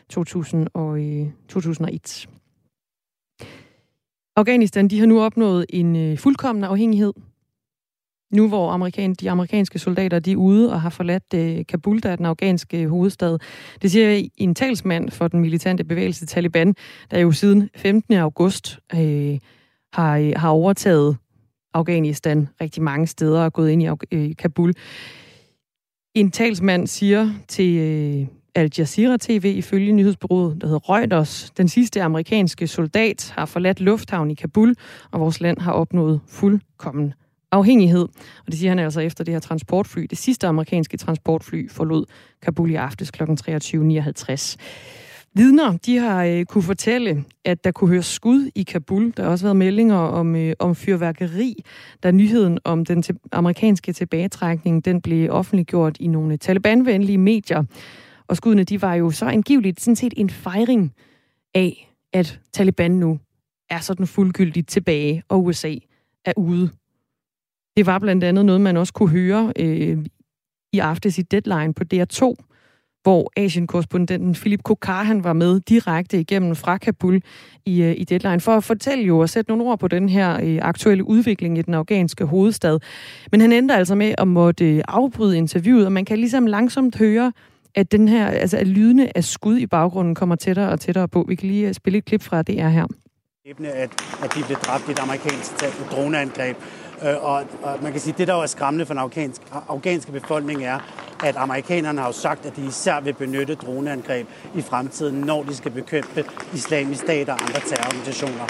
2001. Afghanistan, de har nu opnået en fuldkommen afhængighed. Nu hvor de amerikanske soldater de er ude og har forladt Kabul, der er den afghanske hovedstad. Det siger en talsmand for den militante bevægelse Taliban, der jo siden 15. august har overtaget Afghanistan rigtig mange steder og gået ind i Kabul. En talsmand siger til Al Jazeera TV ifølge nyhedsbureauet, der hedder Reuters, den sidste amerikanske soldat har forladt lufthavnen i Kabul, og vores land har opnået fuldkommen afhængighed. Og det siger han altså efter det her transportfly. Det sidste amerikanske transportfly forlod Kabul i aftes kl. 23.59. Vidner, de har kunne fortælle, at der kunne høres skud i Kabul. Der har også været meldinger om fyrværkeri, da nyheden om den amerikanske tilbagetrækning, den blev offentliggjort i nogle Taliban-venlige medier. Og skuddene, de var jo så angiveligt sådan set en fejring af, at Taliban nu er sådan fuldgyldigt tilbage, og USA er ude. Det var blandt andet noget, man også kunne høre i aftes i Deadline på DR2, hvor Asien-korrespondenten Philip Kokar, han var med direkte igennem fra Kabul i Deadline, for at fortælle jo og sætte nogle ord på den her aktuelle udvikling i den afghanske hovedstad. Men han endte altså med at måtte afbryde interviewet, og man kan ligesom langsomt høre, at den her, altså at lydene af skud i baggrunden kommer tættere og tættere på. Vi kan lige spille et klip fra DR her. At de blev dræbt i et amerikansk droneangreb. Og man kan sige, at det, der er skræmmende for den afghanske befolkning, er, at amerikanerne har jo sagt, at de især vil benytte droneangreb i fremtiden, når de skal bekæmpe islamisk stat og andre terrororganisationer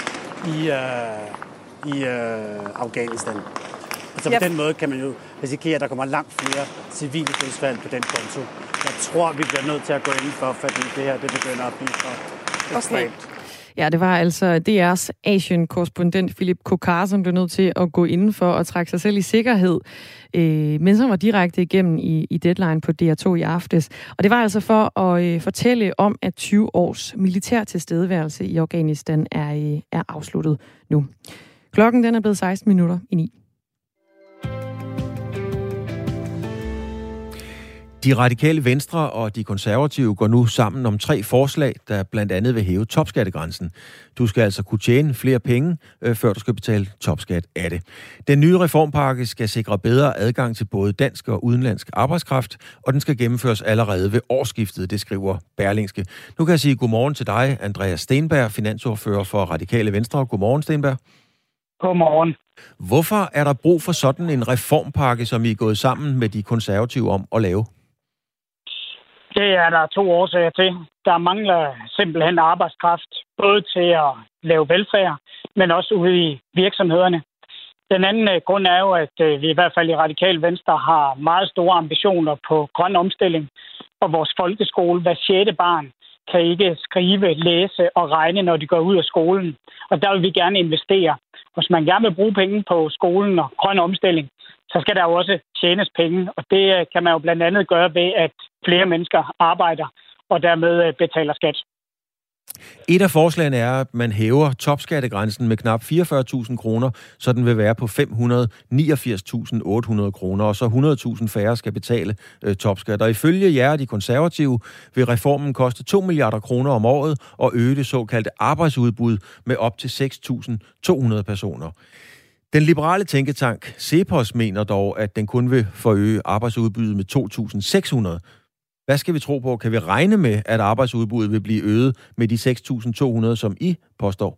i Afghanistan. Så på den måde kan man jo risikere, at der kommer langt flere civile dødsfald på den konto. Jeg tror, vi bliver nødt til at gå ind for, fordi det her det begynder at blive for ekstremt. Ja, det var altså DR's Asien-korrespondent Philip Kokar, som blev nødt til at gå inden for at trække sig selv i sikkerhed, men som var direkte igennem i Deadline på DR2 i aftes. Og det var altså for at fortælle om, at 20 års militær tilstedeværelse i Afghanistan er afsluttet nu. Klokken den er blevet 16 minutter i 9. De radikale Venstre og de konservative går nu sammen om 3 forslag, der blandt andet vil hæve topskattegrænsen. Du skal altså kunne tjene flere penge, før du skal betale topskat af det. Den nye reformpakke skal sikre bedre adgang til både dansk og udenlandsk arbejdskraft, og den skal gennemføres allerede ved årsskiftet, det skriver Berlingske. Nu kan jeg sige godmorgen til dig, Andreas Steenberg, finansordfører for Radikale Venstre. Godmorgen, Steenberg. Godmorgen. Hvorfor er der brug for sådan en reformpakke, som I er gået sammen med de konservative om at lave? Det er der 2 årsager til. Der mangler simpelthen arbejdskraft, både til at lave velfærd, men også ude i virksomhederne. Den anden grund er jo, at vi i hvert fald i Radikale Venstre har meget store ambitioner på grøn omstilling. Og vores folkeskole, hver 6. barn, kan ikke skrive, læse og regne, når de går ud af skolen. Og der vil vi gerne investere. Hvis man gerne vil bruge penge på skolen og grøn omstilling, så skal der jo også tjenes penge. Og det kan man jo blandt andet gøre ved, at flere mennesker arbejder og dermed betaler skat. Et af forslagene er, at man hæver topskattegrænsen med knap 44.000 kroner, så den vil være på 589.800 kroner, og så 100.000 færre skal betale topskat. Og ifølge jer, de konservative, vil reformen koste 2 milliarder kroner om året og øge det såkaldte arbejdsudbud med op til 6.200 personer. Den liberale tænketank CEPOS mener dog, at den kun vil forøge arbejdsudbuddet med 2.600. Hvad skal vi tro på? Kan vi regne med, at arbejdsudbuddet vil blive øget med de 6.200, som I påstår?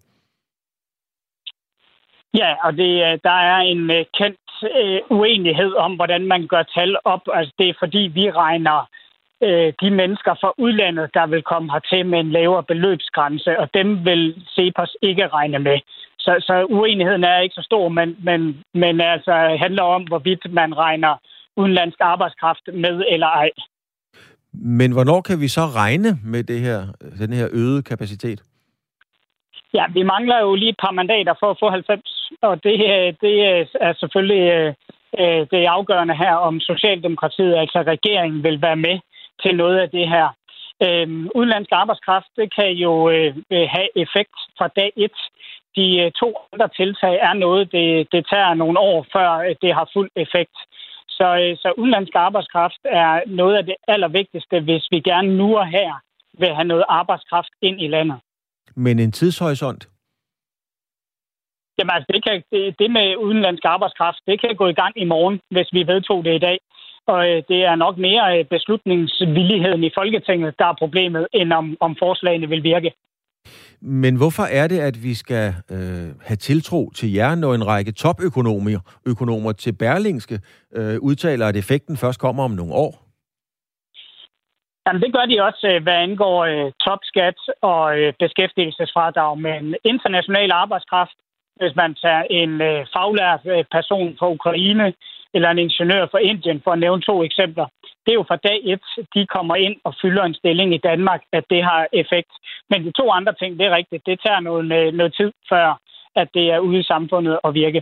Ja, og der er en kendt uenighed om, hvordan man gør tal op. Altså, det er fordi, vi regner de mennesker fra udlandet, der vil komme hertil med en lavere beløbsgrænse, og dem vil CEPOS ikke regne med. Så uenigheden er ikke så stor, men altså handler om, hvorvidt man regner udenlandsk arbejdskraft med eller ej. Men hvornår kan vi så regne med den her øgede kapacitet? Ja, vi mangler jo lige et par mandater for at få 90, og det er selvfølgelig det afgørende her, om Socialdemokratiet, altså regeringen, vil være med til noget af det her. Udenlandsk arbejdskraft, det kan jo have effekt fra dag 1. De 2 andre tiltag er noget, det tager nogle år, før det har fuld effekt. Så udenlandsk arbejdskraft er noget af det allervigtigste, hvis vi gerne nu og her vil have noget arbejdskraft ind i landet. Men en tidshorisont? Jamen altså, det med udenlandsk arbejdskraft, det kan gå i gang i morgen, hvis vi vedtog det i dag. Og det er nok mere beslutningsvilligheden i Folketinget, der er problemet, end om forslagene vil virke. Men hvorfor er det, at vi skal have tiltro til jer, når en række topøkonomer til Berlingske udtaler, at effekten først kommer om nogle år? Jamen, det gør de også, hvad angår topskat og beskæftigelsesfradrag. Men international arbejdskraft, hvis man tager en faglært person fra Ukraine eller en ingeniør fra Indien, for at nævne 2 eksempler. Det er jo fra dag 1, de kommer ind og fylder en stilling i Danmark, at det har effekt. Men de 2 andre ting, det er rigtigt. Det tager noget tid, før at det er ude i samfundet at virke.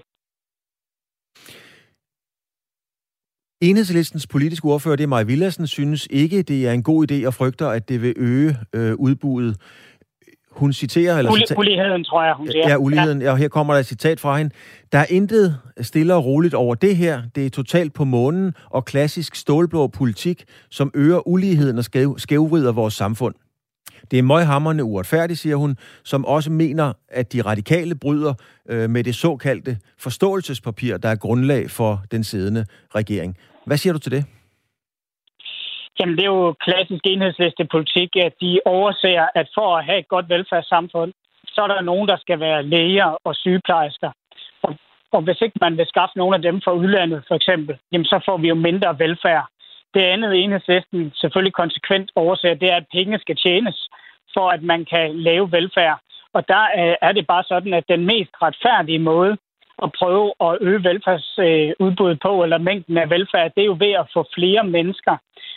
Enhedslistens politiske ordfører, det er Mai Villadsen, synes ikke, det er en god idé og frygter, at det vil øge udbuddet. Hun citerer... Uligheden, tror jeg, hun siger. Ja, uligheden. Ja. Og her kommer der et citat fra hende. Der er intet stille og roligt over det her. Det er totalt på månen og klassisk stålblå politik, som øger uligheden og skævvrider vores samfund. Det er møghamrende uretfærdigt, siger hun, som også mener, at de radikale bryder med det såkaldte forståelsespapir, der er grundlag for den siddende regering. Hvad siger du til det? Jamen, det er jo klassisk enhedslistepolitik, at de overser, at for at have et godt velfærdssamfund, så er der nogen, der skal være læger og sygeplejersker. Og hvis ikke man vil skaffe nogen af dem fra udlandet, for eksempel, jamen så får vi jo mindre velfærd. Det andet Enhedslisten selvfølgelig konsekvent overser, det er, at penge skal tjenes, for at man kan lave velfærd. Og der er det bare sådan, at den mest retfærdige måde at prøve at øge velfærdsudbuddet på, eller mængden af velfærd, det er jo ved at få flere mennesker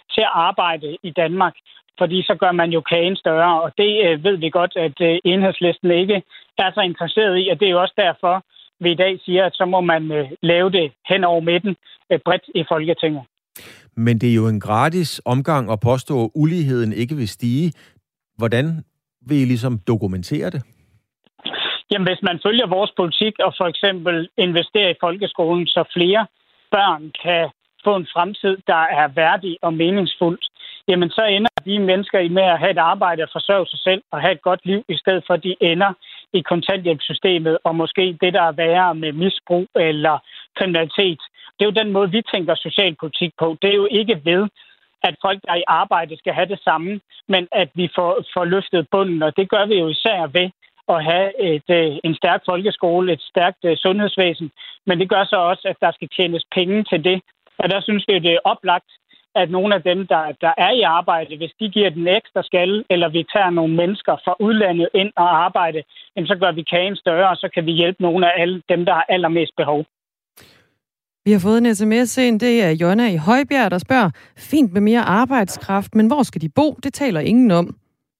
til at arbejde i Danmark. Fordi så gør man jo kagen større, og det ved vi godt, at Enhedslisten ikke er så interesseret i, og det er jo også derfor, vi i dag siger, at så må man lave det hen over midten bredt i Folketinget. Men det er jo en gratis omgang at påstå, at uligheden ikke vil stige. Hvordan vil I ligesom dokumentere det? Jamen, hvis man følger vores politik og for eksempel investerer i folkeskolen, så flere børn kan få en fremtid, der er værdig og meningsfuld, jamen så ender de mennesker med at have et arbejde og forsørge sig selv og have et godt liv, i stedet for at de ender i kontanthjælpssystemet og måske det, der er værre med misbrug eller kriminalitet. Det er jo den måde, vi tænker socialpolitik på. Det er jo ikke ved, at folk, der er i arbejde, skal have det samme, men at vi får løftet bunden, og det gør vi jo især ved at have en stærk folkeskole, et stærkt sundhedsvæsen, men det gør så også, at der skal tjenes penge til det. Og der synes vi, det er oplagt, at nogle af dem, der er i arbejde, hvis de giver den ekstra skalle, eller vi tager nogle mennesker fra udlandet ind og arbejde, så gør vi kagen større, og så kan vi hjælpe nogle af alle dem, der har allermest behov. Vi har fået en sms ind, det er Jonna i Højbjerg, der spørger, fint med mere arbejdskraft, men hvor skal de bo? Det taler ingen om.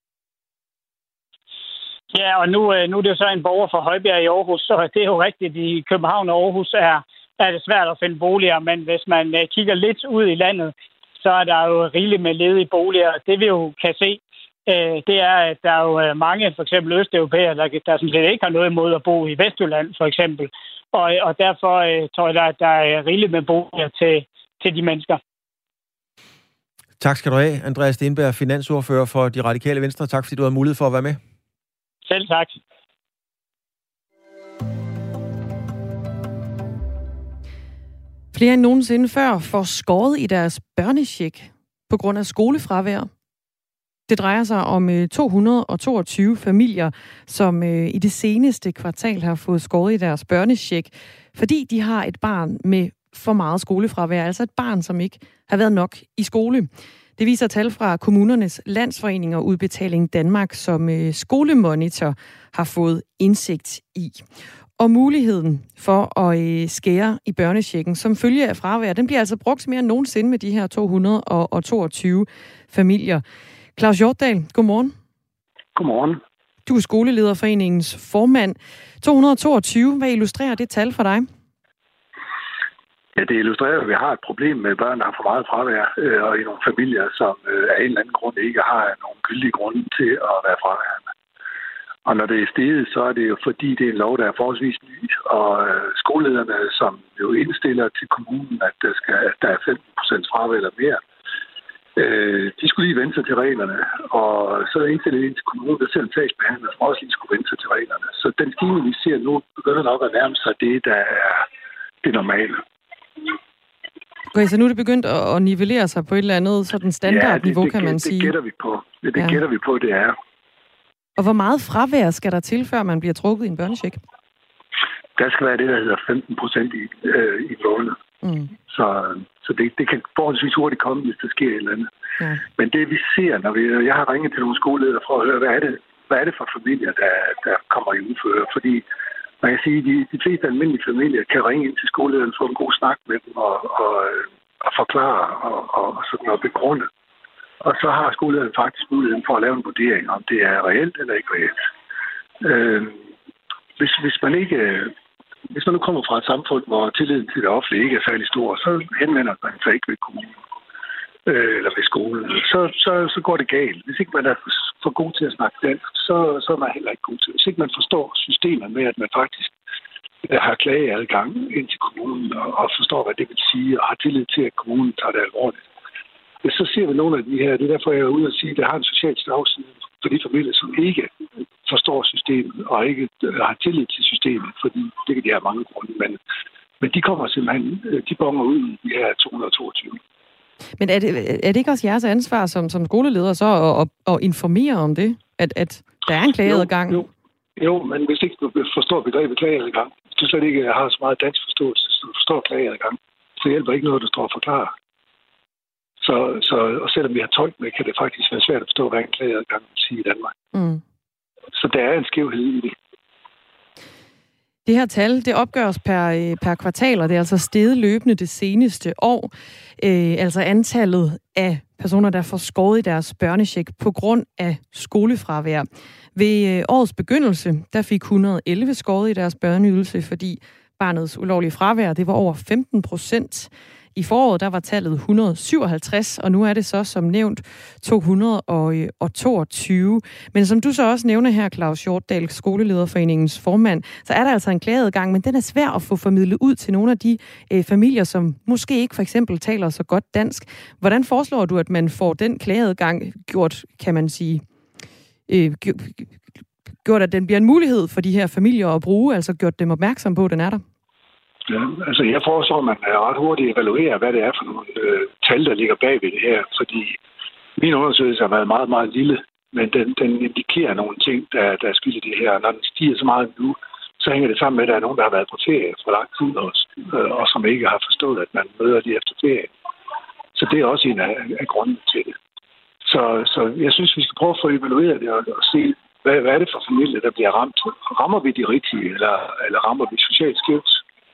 Ja, og nu er det jo så en borger fra Højbjerg i Aarhus, så det er jo rigtigt, i København og Aarhus er det svært at finde boliger, men hvis man kigger lidt ud i landet, så er der jo rigeligt med ledige boliger. Det vi jo kan se, det er, at der er jo mange, for eksempel østeuropæer, der sådan set ikke har noget imod at bo i Vestjylland, for eksempel. Og derfor tror jeg, at der er rigeligt med boliger til de mennesker. Tak skal du have, Andreas Steenberg, finansordfører for De Radikale Venstre. Tak fordi du havde mulighed for at være med. Selv tak. Flere end nogensinde før får skåret i deres børnecheck på grund af skolefravær. Det drejer sig om 222 familier, som i det seneste kvartal har fået skåret i deres børnecheck, fordi de har et barn med for meget skolefravær, altså et barn, som ikke har været nok i skole. Det viser tal fra Kommunernes Landsforening og Udbetaling Danmark, som Skolemonitor har fået indsigt i. Og muligheden for at skære i børnechecken som følge af fravær, den bliver altså brugt mere end nogensinde med de her 222 familier. Claus Hjortdal, godmorgen. Godmorgen. Du er Skolelederforeningens formand. 222, hvad illustrerer det tal for dig? Ja, det illustrerer, at vi har et problem med børn, der har for meget fravær, og i nogle familier, som af en eller anden grund ikke har nogen gyldige grunde til at være fraværende. Og når det er steget, så er det jo fordi, det er en lov, der er forholdsvis ny, og skolelederne, som jo indstiller til kommunen, at der er 15% fravær eller mere, de skulle lige vende sig til reglerne, og så indstiller de ind til kommunen, der selv en sagsbehandler, som også lige skulle vende sig til reglerne. Så den stigning, vi ser nu, begynder nok at nærme sig det, der er det normale. Okay, så nu er det begyndt at nivellere sig på et eller andet sådan standardniveau, kan man sige. Det gætter vi på. Det gætter vi på, det er. Og hvor meget fravær skal der til, før man bliver trukket i en børnecheck? Der skal være det, der hedder 15% i måneden. Mm. Så det kan forholdsvis hurtigt komme, hvis der sker et eller andet. Ja. Men det vi ser, når jeg har ringet til nogle skoleledere for at høre, hvad er det for familier, der kommer i udføre? Fordi man kan sige, at de fleste almindelige familier kan ringe ind til skolelederen og få en god snak med dem og forklare og sådan noget begrunde. Og så har skolelederen faktisk muligheden for at lave en vurdering, om det er reelt eller ikke reelt. Hvis man nu kommer fra et samfund, hvor tilliden til det offentlige ikke er særlig stor, så henvender man sig ikke ved kommunen eller ved skolen. Så går det galt. Hvis ikke man er for god til at snakke dansk, så er man heller ikke god til. Hvis ikke man forstår systemet med, at man faktisk har klageadgang ind til kommunen og forstår, hvad det vil sige, og har tillid til, at kommunen tager det alvorligt, så ser vi nogle af de her. Det er derfor, jeg er ude og sige, at det har en social slagside for de familier, som ikke forstår systemet og ikke har tillid til systemet, fordi det kan de have mange grunde. Men de kommer simpelthen, de bonger ud i de her 222. Men er det ikke også jeres ansvar som skoleleder så at informere om det? At der er en klageadgang? Jo, men hvis ikke du forstår begrebet klageadgang, hvis du slet ikke har så meget dansk forståelse, så du forstår klageadgang, så hjælper ikke noget, du står og forklarer. Og selvom vi har tolk med, kan det faktisk være svært at forstå, hvad en klageadgang vil sige i Danmark. Mm. Så der er en skævhed i det. Det her tal, det opgøres per kvartal, og det er altså steget løbende det seneste år. Altså antallet af personer, der får skåret i deres børnecheck på grund af skolefravær. Ved årets begyndelse, der fik 111 skåret i deres børneydelse, fordi barnets ulovlige fravær, det var over 15%. I foråret, der var tallet 157, og nu er det så som nævnt 222. Men som du så også nævner her, Claus Hjortdal, Skolelederforeningens formand, så er der altså en klageadgang, men den er svær at få formidlet ud til nogle af de familier, som måske ikke for eksempel taler så godt dansk. Hvordan foreslår du, at man får den klageadgang gjort, kan man sige, gjort, at den bliver en mulighed for de her familier at bruge, altså gjort dem opmærksom på, at den er der? Ja, altså jeg foreslår, at man ret hurtigt evaluerer, hvad det er for nogle tal, der ligger bag ved det her. Fordi min undersøgelse har været meget, meget lille, men den indikerer nogle ting, der er skyld i det her. Når den stiger så meget nu, så hænger det sammen med, at der er nogen, der har været på ferie for lang tid også, og som ikke har forstået, at man møder de efter ferie. Så det er også en af grunden til det. Så jeg synes, vi skal prøve at få evalueret det og se, hvad er det for familier, der bliver ramt. Rammer vi de rigtige, eller rammer vi socialt skævt?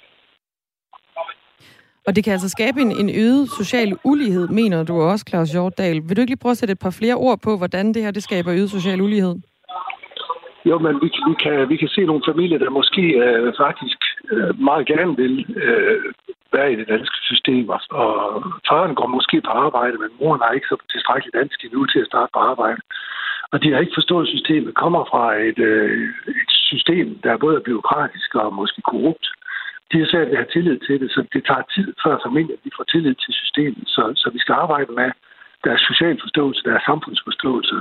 Og det kan altså skabe en øget social ulighed, mener du også, Claus Hjortdal. Vil du ikke lige prøve at sætte et par flere ord på, hvordan det her det skaber øget social ulighed? Jo, men vi kan se nogle familier, der måske faktisk meget gerne vil være i det danske system. Og faren går måske på arbejde, men moren har ikke så tilstrækkeligt dansk endnu til at starte på arbejde. Og de har ikke forstået, at systemet kommer fra et system, der både er bureaukratisk og måske korrupt. De har svært ved at have tillid til det, så det tager tid før familien de får tillid til systemet. Så vi skal arbejde med deres social forståelse, deres samfundsforståelse,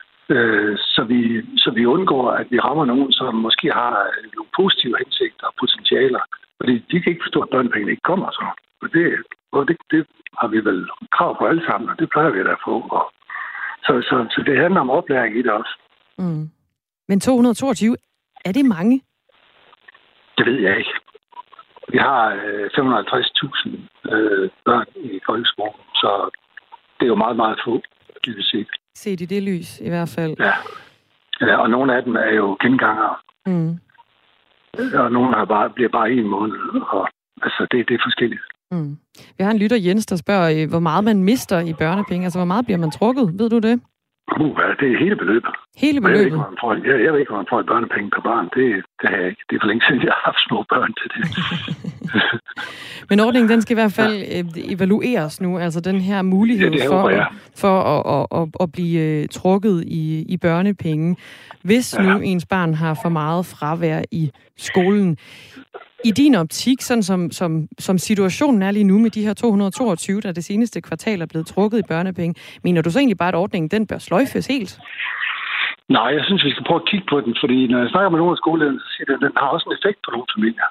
så vi undgår, at vi rammer nogen, som måske har nogle positive hensigter og potentialer. Fordi de kan ikke forstå, at børnepengene ikke kommer så. Og det har vi vel krav på alle sammen, og det plejer vi at få. Så det handler om oplæring i det også. Mm. Men 222, er det mange? Det ved jeg ikke. Vi har 550.000 børn i folkeskolen, så det er jo meget, meget få, det vil sige. Set i det lys, i hvert fald. Ja, og nogle af dem er jo gengangere. Mm. Og nogle bliver bare 1 måned, og altså det er forskelligt. Mm. Vi har en lytter, Jens, der spørger, hvor meget man mister i børnepenge. Altså, hvor meget bliver man trukket? Ved du det? Det er hele beløbet. Hele beløbet? Jeg ved ikke, hvor man får et børnepenge per barn. Det har jeg ikke. Det er for længe siden, jeg har haft små børn til det. Men ordningen, den skal i hvert fald evalueres nu. Altså den her mulighed for at blive trukket i børnepenge, hvis nu ens barn har for meget fravær i skolen. I din optik, sådan som situationen er lige nu med de her 222, der det seneste kvartal er blevet trukket i børnepenge, mener du så egentlig bare, at ordningen den bør sløjfes helt? Nej, jeg synes, vi skal prøve at kigge på den, fordi når jeg snakker med nogle af skolelederne, så siger de, at den har også en effekt på nogle familier.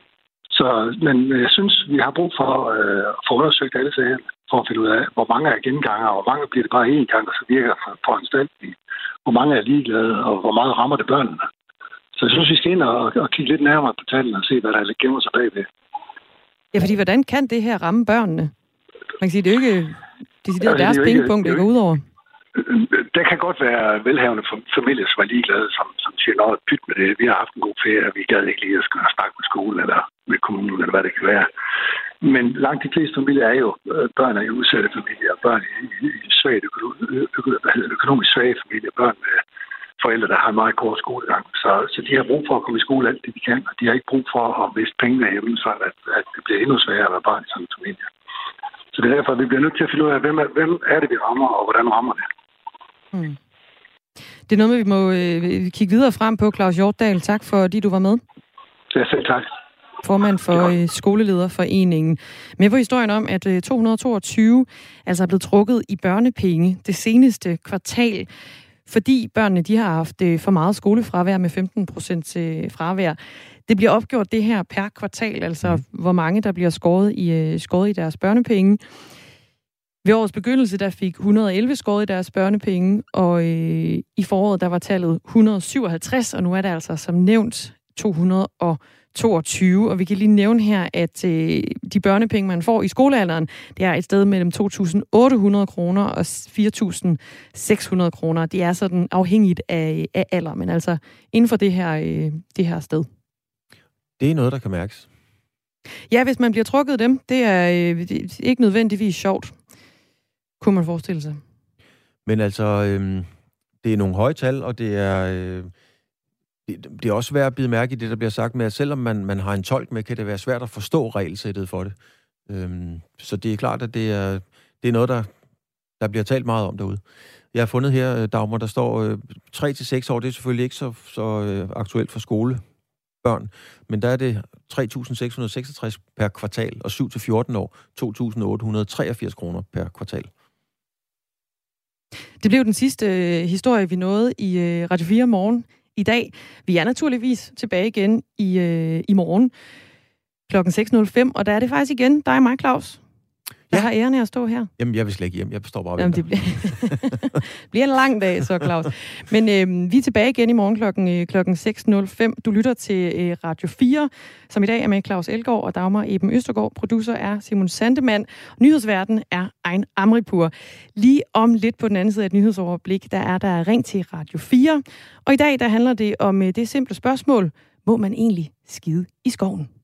Men jeg synes, vi har brug for at få undersøgt alle sager, for at finde ud af, hvor mange er genganger, og hvor mange bliver det bare én gang, og så virker foranstaltning. Hvor mange er ligeglade, og hvor meget rammer det børnene. Så jeg synes, vi skal ind og kigge lidt nærmere på tallene og se, hvad der gemmer sig bagved. Ja, fordi hvordan kan det her ramme børnene? Man kan sige, det er jo ikke deres pengepunkt, det går ud over. Der kan godt være velhavende familier, som er ligeglade, som siger, at pyt med det, vi har haft en god ferie, og vi gad ikke lige at snakke med skolen eller med kommunen, eller hvad det kan være. Men langt de fleste familier er jo børn af udsatte familier, børn i svagt økonomisk svage familier, børn med forældre, der har en meget kort skolegang. Så de har brug for at komme i skole alt det, de kan, og de har ikke brug for at miste pengene hjemme, så at det bliver endnu sværere at være barn i sådan en familie. Så det er derfor, at vi bliver nødt til at finde ud af, hvem er det, vi rammer, og hvordan rammer det. Mm. Det er noget, vi må kigge videre frem på, Claus Hjortdal. Tak, fordi du var med. Ja, selv tak. Formand for Skolelederforeningen. Med på historien om, at 222 altså er blevet trukket i børnepenge det seneste kvartal, fordi børnene de har haft for meget skolefravær med 15% fravær. Det bliver opgjort det her per kvartal, altså hvor mange der bliver skåret i deres børnepenge. Ved årets begyndelse der fik 111 skåret i deres børnepenge, og i foråret der var tallet 157, og nu er det altså som nævnt 222. Og vi kan lige nævne her, at de børnepenge, man får i skolealderen, det er et sted mellem 2.800 kroner og 4.600 kroner. Det er sådan afhængigt af alder, men altså inden for det her sted. Det er noget, der kan mærkes. Ja, hvis man bliver trukket dem, det er ikke nødvendigvis sjovt, kunne man forestille sig. Men altså, det er nogle høje tal, og det er også værd at bide mærke i det, der bliver sagt med, at selvom man har en tolk med, kan det være svært at forstå regelsættet for det. Så det er klart, at det er noget, der bliver talt meget om derude. Jeg har fundet her, Dagmar, der står 3-6 år, det er selvfølgelig ikke så aktuelt for skolebørn, men der er det 3.666 per kvartal, og 7-14 år, 2.883 kroner per kvartal. Det blev den sidste historie, vi nåede i Radio 4 morgen i dag. Vi er naturligvis tilbage igen i morgen klokken 6.05, og der er det faktisk igen dig og mig, Claus, der har æren af at stå her. Jamen, jeg vil slet ikke hjem. Jeg står bare ved. Jamen, det bliver en lang dag, så Claus. Men vi er tilbage igen i morgen klokken 6.05. Du lytter til Radio 4, som i dag er med Claus Elgaard og Dagmar Eben Østergaard. Producer er Simon Sandemann. Nyhedsverden er Ein Amripur. Lige om lidt på den anden side af et nyhedsoverblik, der er ring til Radio 4. Og i dag, der handler det om det simple spørgsmål: må man egentlig skide i skoven?